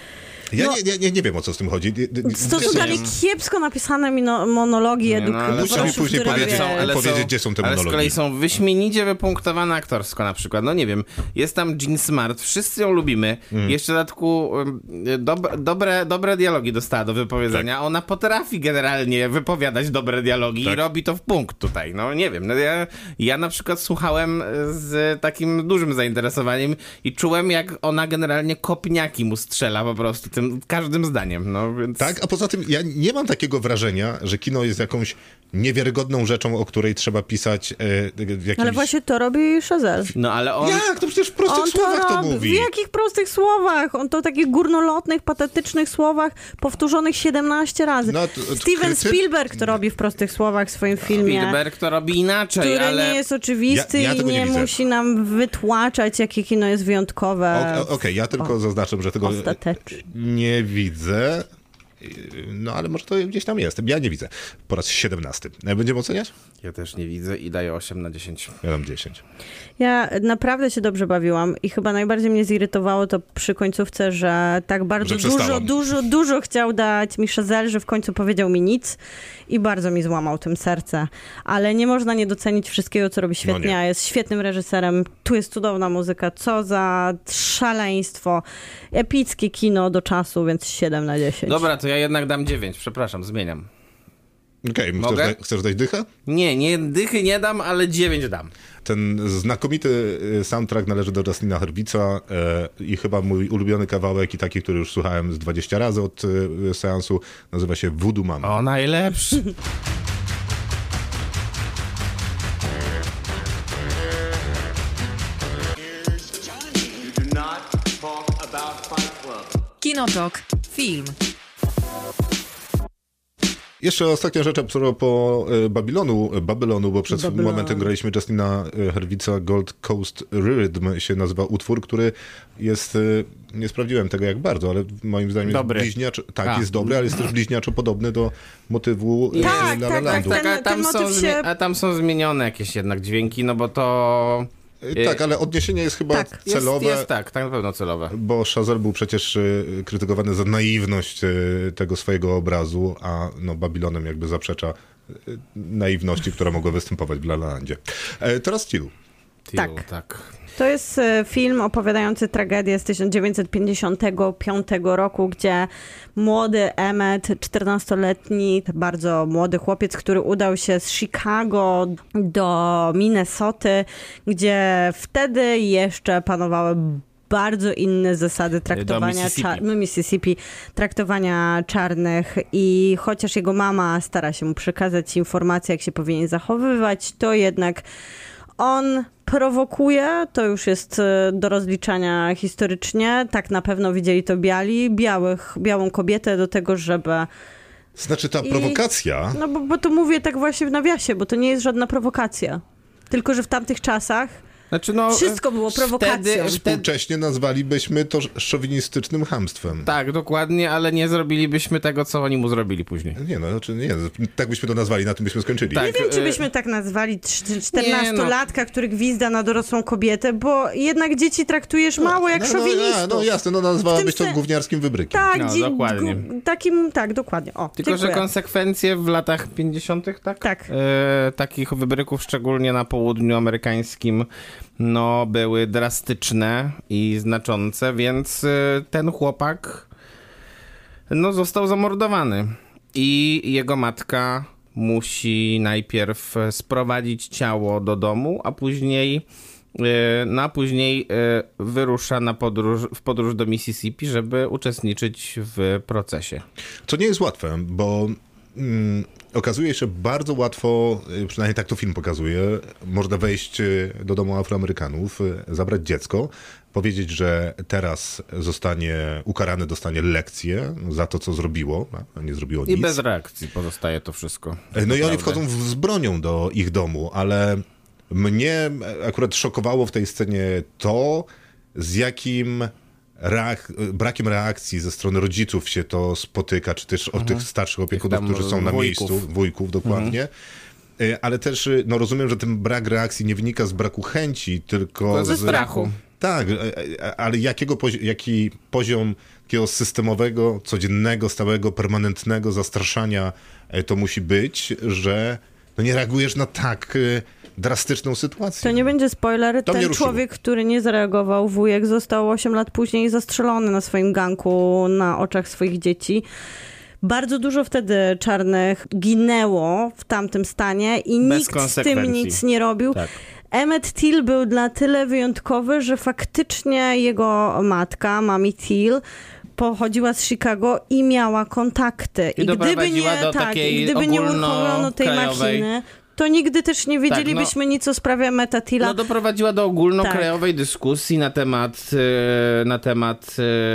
S2: Ja
S3: No.
S2: nie wiem, o co z tym chodzi.
S3: Stosunkowo kiepsko napisane monologi
S4: Nie, no, ale
S2: Musisz mi później powiedzieć, gdzie są te
S4: ale z
S2: monologi.
S4: kolei są wyśmienicie wypunktowane aktorsko na przykład. No nie wiem, jest tam Jean Smart, wszyscy ją lubimy. Jeszcze w dodatku dobre dialogi dostała do wypowiedzenia.
S2: Tak.
S4: Ona potrafi generalnie wypowiadać dobre dialogi
S2: Tak.
S4: i robi to w punkt tutaj. No nie wiem, no ja na przykład słuchałem z takim dużym zainteresowaniem i czułem, jak ona generalnie kopniaki mu strzela po prostu tym każdym zdaniem. No więc...
S2: Tak, a poza tym ja nie mam takiego wrażenia, że kino jest jakąś niewiarygodną rzeczą, o której trzeba pisać w jakimś...
S3: Ale właśnie to robi Chazelle.
S4: No ale on...
S2: Jak? To przecież w prostych słowach to mówi.
S3: W jakich prostych słowach? On to w takich górnolotnych, patetycznych słowach powtórzonych 17 razy.
S2: No,
S3: Steven Spielberg to robi w prostych słowach w swoim filmie.
S4: Spielberg to robi inaczej,
S3: Który
S4: ale...
S3: nie jest oczywisty
S2: Ja
S3: i
S2: tego nie
S3: nie
S2: widzę.
S3: musi nam wytłaczać, jakie kino jest wyjątkowe.
S2: Okej, ja tylko zaznaczam, że tego
S3: Ostatecznie.
S2: nie widzę. No ale może to gdzieś tam jest. Ja nie widzę. Po raz 17. Będziemy oceniać?
S4: Ja też nie widzę i daję 8/10.
S2: Ja dam 10.
S3: Ja naprawdę się dobrze bawiłam i chyba najbardziej mnie zirytowało to przy końcówce, że tak bardzo
S2: Że przestałam.
S3: dużo chciał dać mi Chazelle, że w końcu powiedział mi nic i bardzo mi złamał tym serce. Ale nie można nie docenić wszystkiego, co robi świetnie,
S2: nie.
S3: a jest świetnym reżyserem. Tu jest cudowna muzyka. Co za szaleństwo. Epickie kino do czasu, więc 7/10.
S4: Dobra, to ja jednak dam 9, przepraszam, zmieniam.
S2: Okej,
S4: Mogę?
S2: chcesz dać dychę?
S4: Nie, dychy nie dam, ale 9 dam.
S2: Ten znakomity soundtrack należy do Justina Hurwitza i chyba mój ulubiony kawałek i taki, który już słuchałem z 20 razy od seansu, nazywa się Voodoo Man.
S4: O, najlepszy.
S1: Kinotok. Film.
S2: Jeszcze ostatnia rzecz a propos Babylonu, bo przed
S3: Babylon.
S2: momentem graliśmy Justina Hurwitza, Gold Coast Rhythm się nazywa utwór, który jest, nie sprawdziłem tego jak bardzo, ale moim zdaniem
S4: Dobry.
S2: jest bliźniaczo, tak
S4: A.
S2: jest dobry, ale jest też bliźniaczo podobny do motywu
S3: Tak,
S2: La La
S3: tak,
S2: Landu.
S3: tak.
S4: Tak,
S3: Ten motyw się-
S4: a tam są zmienione jakieś jednak dźwięki, no bo to...
S2: Tak, ale odniesienie jest chyba
S3: Tak.
S2: celowe.
S4: Jest tak na pewno celowe.
S2: Bo Chazelle był przecież krytykowany za naiwność tego swojego obrazu, a no, Babilonem jakby zaprzecza naiwności, która mogła występować w La La Landzie. Teraz Till.
S3: Tak. To jest film opowiadający tragedię z 1955 roku, gdzie młody Emmett, 14-letni, bardzo młody chłopiec, który udał się z Chicago do Minnesoty, gdzie wtedy jeszcze panowały bardzo inne zasady traktowania Mississippi, traktowania czarnych i chociaż jego mama stara się mu przekazać informacje, jak się powinien zachowywać, to jednak on prowokuje, to już jest do rozliczania historycznie, tak na pewno widzieli to białą kobietę do tego, żeby...
S2: Znaczy ta prowokacja...
S3: No bo to mówię tak właśnie w nawiasie, bo to nie jest żadna prowokacja. Tylko, że w tamtych czasach
S4: Znaczy, no,
S3: wszystko było prowokacją.
S2: Współcześnie nazwalibyśmy to szowinistycznym chamstwem.
S4: Tak, dokładnie, ale nie zrobilibyśmy tego, co oni mu zrobili później.
S2: Nie, no znaczy nie, tak byśmy to nazwali, na tym byśmy skończyli.
S4: Tak.
S3: Nie wiem, czy byśmy tak nazwali 14-latka, który gwizda na dorosłą kobietę, bo jednak dzieci traktujesz mało jak szowinistów.
S2: No jasne, no nazwałabyś
S3: W tym
S2: to gówniarskim wybrykiem.
S3: Tak,
S4: No, dokładnie.
S3: Tak, dokładnie. O,
S4: Tylko,
S3: dziękuję.
S4: że konsekwencje w latach 50., tak?
S3: Tak.
S4: Takich wybryków, szczególnie na południu amerykańskim, no, były drastyczne i znaczące, więc ten chłopak no, został zamordowany. I jego matka musi najpierw sprowadzić ciało do domu, a później wyrusza w podróż do Mississippi, żeby uczestniczyć w procesie.
S2: Co nie jest łatwe, bo okazuje się bardzo łatwo, przynajmniej tak to film pokazuje, można wejść do domu Afroamerykanów, zabrać dziecko, powiedzieć, że teraz ukarane dostanie lekcję za to, co zrobiło, a nie zrobiło nic.
S4: I bez reakcji pozostaje to wszystko.
S2: No i oni wchodzą z bronią do ich domu, ale mnie akurat szokowało w tej scenie to, z jakim brakiem reakcji ze strony rodziców się to spotyka, czy też od tych starszych opiekunów, którzy są na miejscu, wujków dokładnie. Ale też no, rozumiem, że ten brak reakcji nie wynika z braku chęci, tylko
S4: ze strachu.
S2: Tak, ale jaki poziom takiego systemowego, codziennego, stałego, permanentnego zastraszania to musi być, że no nie reagujesz na tak drastyczną sytuację.
S3: To nie będzie spoiler.
S2: To mnie
S3: Ten
S2: ruszyło.
S3: człowiek, który nie zareagował, wujek, został 8 lat później zastrzelony na swoim ganku na oczach swoich dzieci. Bardzo dużo wtedy czarnych ginęło w tamtym stanie i
S4: Bez
S3: nikt z
S4: konsekwencji.
S3: tym nic nie robił.
S4: Tak.
S3: Emmett Till był na tyle wyjątkowy, że faktycznie jego matka, Mami Till, pochodziła z Chicago i miała kontakty.
S4: I doprowadziła do
S3: i gdyby nie uruchomiono tej
S4: ogólnokrajowej-
S3: machiny, to nigdy też nie wiedzielibyśmy nic o sprawie Emmetta Tilla.
S4: No doprowadziła do ogólnokrajowej dyskusji na temat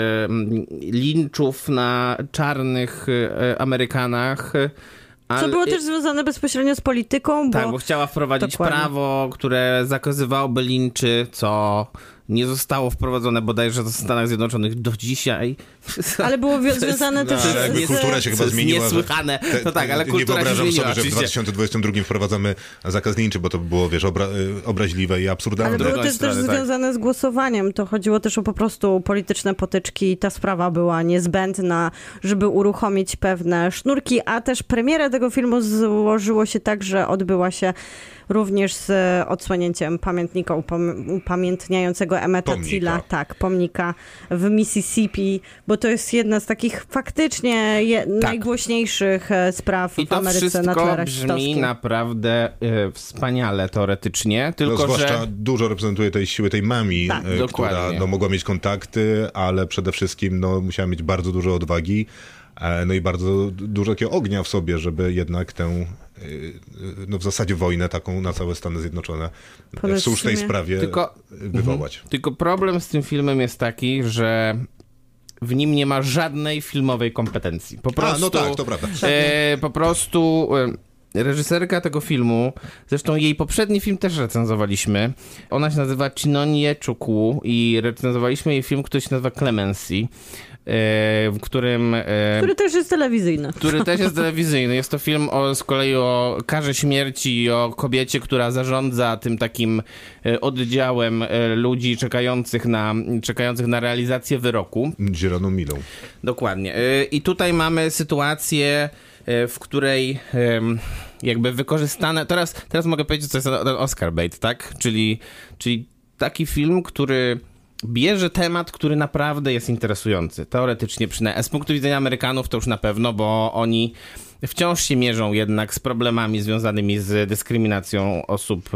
S4: linczów na czarnych Amerykanach.
S3: Co było też związane bezpośrednio z polityką, bo...
S4: Tak, bo chciała wprowadzić
S3: Dokładnie.
S4: prawo, które zakazywałoby linczy, co nie zostało wprowadzone bodajże w Stanach Zjednoczonych do dzisiaj.
S3: Ale było związane też
S2: ale jakby kultura się chyba
S4: to jest
S2: zmieniła. że
S4: niesłychane. No tak, ale
S2: nie
S4: kultura się
S2: wyobrażam
S4: zmieniła.
S2: sobie, że w
S4: oczywiście.
S2: 2022 wprowadzamy zakaz linczy, bo to by było, wiesz, obraźliwe i absurdalne.
S3: Ale było
S4: drugą
S3: też
S4: stronę, tak.
S3: związane z głosowaniem. To chodziło też o po prostu polityczne potyczki i ta sprawa była niezbędna, żeby uruchomić pewne sznurki, a też premiera tego filmu złożyło się tak, że odbyła się również z odsłonięciem pamiętnika upamiętniającego Emmetta
S2: Pomnika.
S3: Tilla. Tak, pomnika w Mississippi, bo to jest jedna z takich faktycznie najgłośniejszych spraw
S4: I
S3: w
S4: to
S3: Ameryce na
S4: wszystko
S3: tle
S4: brzmi
S3: rasistowskim.
S4: naprawdę wspaniale teoretycznie,
S2: No,
S4: tylko
S2: zwłaszcza
S4: że...
S2: dużo reprezentuje tej siły tej mami,
S3: Tak.
S2: która
S4: Dokładnie.
S2: no, mogła mieć kontakty, ale przede wszystkim no, musiała mieć bardzo dużo odwagi, no i bardzo dużo takiego ognia w sobie, żeby jednak tę no, w zasadzie wojnę taką na całe Stany Zjednoczone w słusznej sprawie wywołać.
S4: Tylko problem z tym filmem jest taki, że w nim nie ma żadnej filmowej kompetencji. Po prostu,
S2: no tak, to prawda.
S4: Po prostu reżyserka tego filmu, zresztą jej poprzedni film też recenzowaliśmy. Ona się nazywa Chinonye Chukwu i recenzowaliśmy jej film, który się nazywa Clemency, w którym...
S3: Który też jest telewizyjny.
S4: Który też jest telewizyjny. Jest to film z kolei o karze śmierci i o kobiecie, która zarządza tym takim oddziałem ludzi czekających na realizację wyroku.
S2: Zieloną milą.
S4: Dokładnie. I tutaj mamy sytuację, w której jakby wykorzystane... Teraz mogę powiedzieć, co jest ten Oscar bait, tak? Czyli taki film, który bierze temat, który naprawdę jest interesujący. Teoretycznie przynajmniej. Z punktu widzenia Amerykanów to już na pewno, bo oni wciąż się mierzą jednak z problemami związanymi z dyskryminacją osób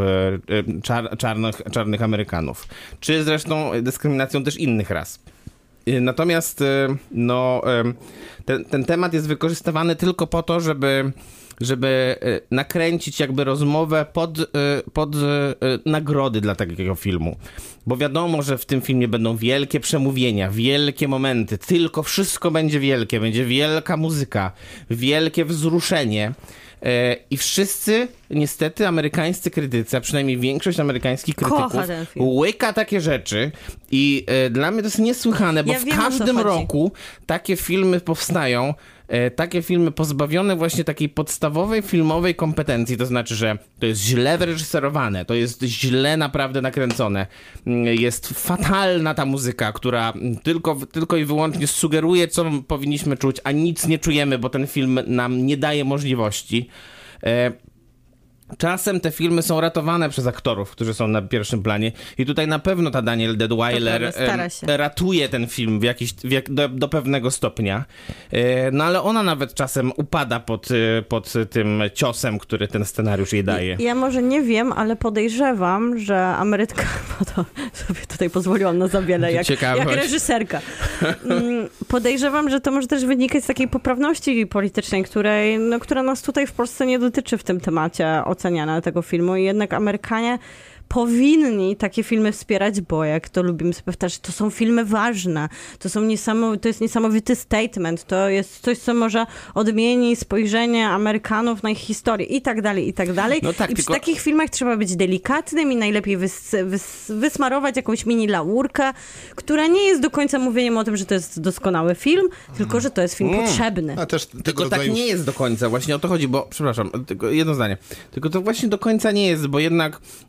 S4: czarnych Amerykanów. Czy zresztą dyskryminacją też innych ras. Natomiast ten temat jest wykorzystywany tylko po to, żeby nakręcić jakby rozmowę pod nagrody dla takiego filmu. Bo wiadomo, że w tym filmie będą wielkie przemówienia, wielkie momenty, tylko wszystko będzie wielkie, będzie wielka muzyka, wielkie wzruszenie. I wszyscy, niestety, amerykańscy krytycy, a przynajmniej większość amerykańskich krytyków
S3: Kocha ten film.
S4: łyka takie rzeczy i dla mnie to jest niesłychane, bo
S3: Ja
S4: w
S3: wiem, o co
S4: każdym
S3: chodzi.
S4: roku takie filmy powstają, takie filmy pozbawione właśnie takiej podstawowej filmowej kompetencji, to znaczy, że to jest źle wyreżyserowane, to jest źle naprawdę nakręcone, jest fatalna ta muzyka, która tylko i wyłącznie sugeruje, co powinniśmy czuć, a nic nie czujemy, bo ten film nam nie daje możliwości. Czasem te filmy są ratowane przez aktorów, którzy są na pierwszym planie i tutaj na pewno ta Danielle Deadwyler
S3: stara się.
S4: ratuje ten film do pewnego stopnia, no ale ona nawet czasem upada pod tym ciosem, który ten scenariusz jej daje.
S3: Ja może nie wiem, ale podejrzewam, że Ameryka, bo to sobie tutaj pozwoliłam na za wiele, jak reżyserka. Podejrzewam, że to może też wynikać z takiej poprawności politycznej, która nas tutaj w Polsce nie dotyczy w tym temacie oceniania tego filmu i jednak Amerykanie powinni takie filmy wspierać, bo jak to lubimy sobie powtarzać, to są filmy ważne, to jest niesamowity statement, to jest coś, co może odmieni spojrzenie Amerykanów na ich historię i tak dalej, i tak dalej.
S4: No tak,
S3: I przy takich filmach trzeba być delikatnym i najlepiej wysmarować jakąś mini laurkę, która nie jest do końca mówieniem o tym, że to jest doskonały film, tylko że to jest film potrzebny.
S2: A też
S4: Tylko tak nie jest do końca, właśnie o to chodzi, bo, przepraszam, tylko jedno zdanie, tylko to właśnie do końca nie jest, bo jednak jak się patrzy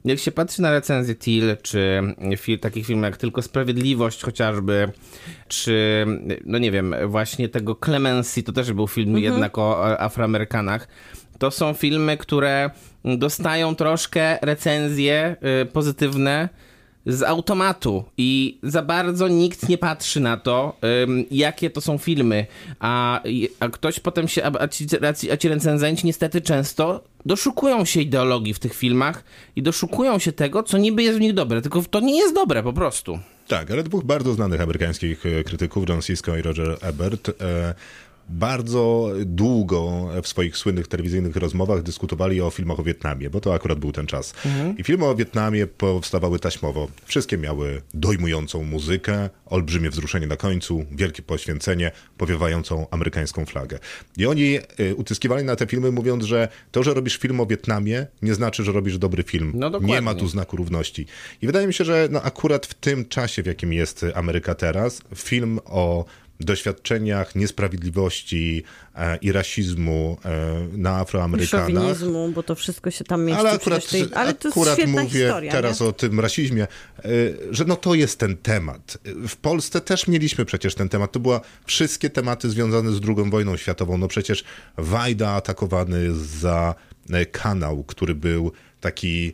S4: patrzy na recenzję Till, czy takich filmów jak Tylko Sprawiedliwość chociażby, czy, no nie wiem, właśnie tego Clemency, to też był film jednak o Afroamerykanach, to są filmy, które dostają troszkę recenzje pozytywne z automatu i za bardzo nikt nie patrzy na to, jakie to są filmy, a ktoś potem się, a ci recenzenci niestety często doszukują się ideologii w tych filmach i doszukują się tego, co niby jest w nich dobre, tylko to nie jest dobre po prostu.
S2: Tak, ale dwóch bardzo znanych amerykańskich krytyków, John Sisko i Roger Ebert, bardzo długo w swoich słynnych telewizyjnych rozmowach dyskutowali o filmach o Wietnamie, bo to akurat był ten czas. I filmy o Wietnamie powstawały taśmowo. Wszystkie miały dojmującą muzykę, olbrzymie wzruszenie na końcu, wielkie poświęcenie, powiewającą amerykańską flagę. I oni utyskiwali na te filmy, mówiąc, że to, że robisz film o Wietnamie, nie znaczy, że robisz dobry film.
S4: No dokładnie.
S2: Nie ma tu znaku równości. I wydaje mi się, że akurat w tym czasie, w jakim jest Ameryka teraz, film o doświadczeniach niesprawiedliwości i rasizmu na Afroamerykanach.
S3: I szowinizmu, bo to wszystko się tam mieści.
S2: Ale akurat
S3: to jest świetna
S2: mówię
S3: historia,
S2: teraz
S3: nie?
S2: o tym rasizmie, że no to jest ten temat. W Polsce też mieliśmy przecież ten temat. To były wszystkie tematy związane z II wojną światową. No przecież Wajda atakowany za kanał, który był taki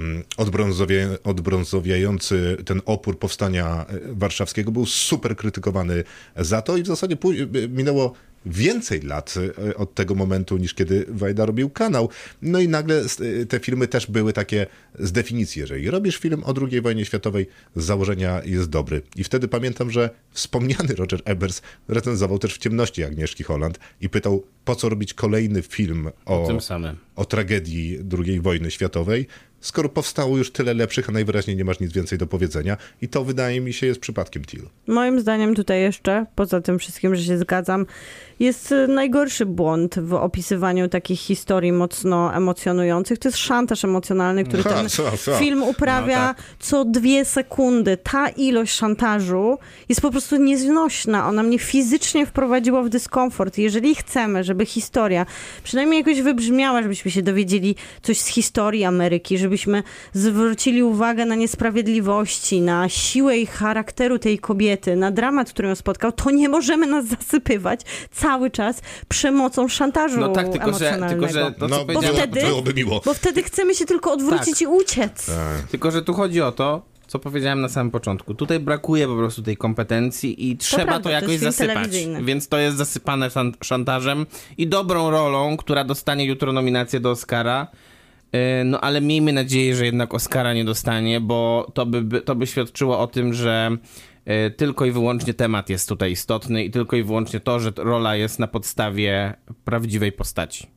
S2: odbrązowiający ten opór powstania warszawskiego, był super krytykowany za to i w zasadzie minęło więcej lat od tego momentu, niż kiedy Wajda robił kanał. No i nagle te filmy też były takie z definicji. Jeżeli robisz film o II wojnie światowej, z założenia jest dobry. I wtedy pamiętam, że wspomniany Roger Ebert recenzował też W ciemności Agnieszki Holland i pytał, po co robić kolejny film o tragedii II wojny światowej, skoro powstało już tyle lepszych, a najwyraźniej nie masz nic więcej do powiedzenia. I to, wydaje mi się, jest przypadkiem Till.
S3: Moim zdaniem tutaj jeszcze, poza tym wszystkim, że się zgadzam, jest najgorszy błąd w opisywaniu takich historii mocno emocjonujących. To jest szantaż emocjonalny, który ten film uprawia co 2 sekundy. Ta ilość szantażu jest po prostu nieznośna. Ona mnie fizycznie wprowadziła w dyskomfort. Jeżeli chcemy, żeby historia przynajmniej jakoś wybrzmiała, żebyśmy się dowiedzieli coś z historii Ameryki, żebyśmy zwrócili uwagę na niesprawiedliwości, na siłę i charakteru tej kobiety, na dramat, który ją spotkał, to nie możemy nas zasypywać cały czas przemocą szantażu emocjonalnego.
S4: Że to, co
S2: byłoby miło.
S3: Bo wtedy chcemy się tylko odwrócić i uciec.
S4: Tylko, że tu chodzi o to, co powiedziałem na samym początku. Tutaj brakuje po prostu tej kompetencji i trzeba to jakoś zasypać. Więc to jest zasypane szantażem i dobrą rolą, która dostanie jutro nominację do Oscara. No ale miejmy nadzieję, że jednak Oscara nie dostanie, bo to by świadczyło o tym, że tylko i wyłącznie temat jest tutaj istotny i tylko i wyłącznie to, że rola jest na podstawie prawdziwej postaci.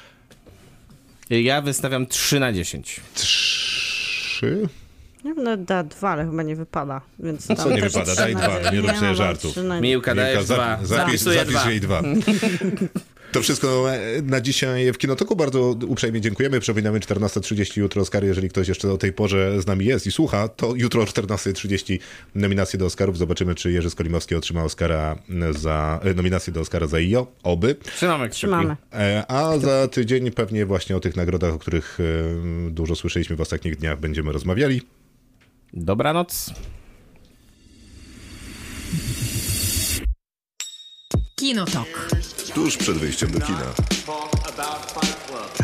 S4: Ja wystawiam 3/10.
S2: 3?
S3: No da 2, ale chyba nie wypada. Więc
S2: co nie wypada? Daj 2, nie rób sobie żartów.
S4: Miłka, dajesz 2.
S2: Zapisz jej 2. To wszystko na dzisiaj w Kinotoku. Bardzo uprzejmie dziękujemy. Przypominamy 14:30 jutro Oscary. Jeżeli ktoś jeszcze o tej porze z nami jest i słucha, to jutro o 14:30 nominacje do Oscarów. Zobaczymy, czy Jerzy Skolimowski otrzyma nominację do Oscara za IO. Oby.
S3: Trzymamy.
S2: A za tydzień pewnie właśnie o tych nagrodach, o których dużo słyszeliśmy w ostatnich dniach, będziemy rozmawiali.
S4: Dobranoc.
S1: Kinotok.
S2: Tuż przed wyjściem do kina.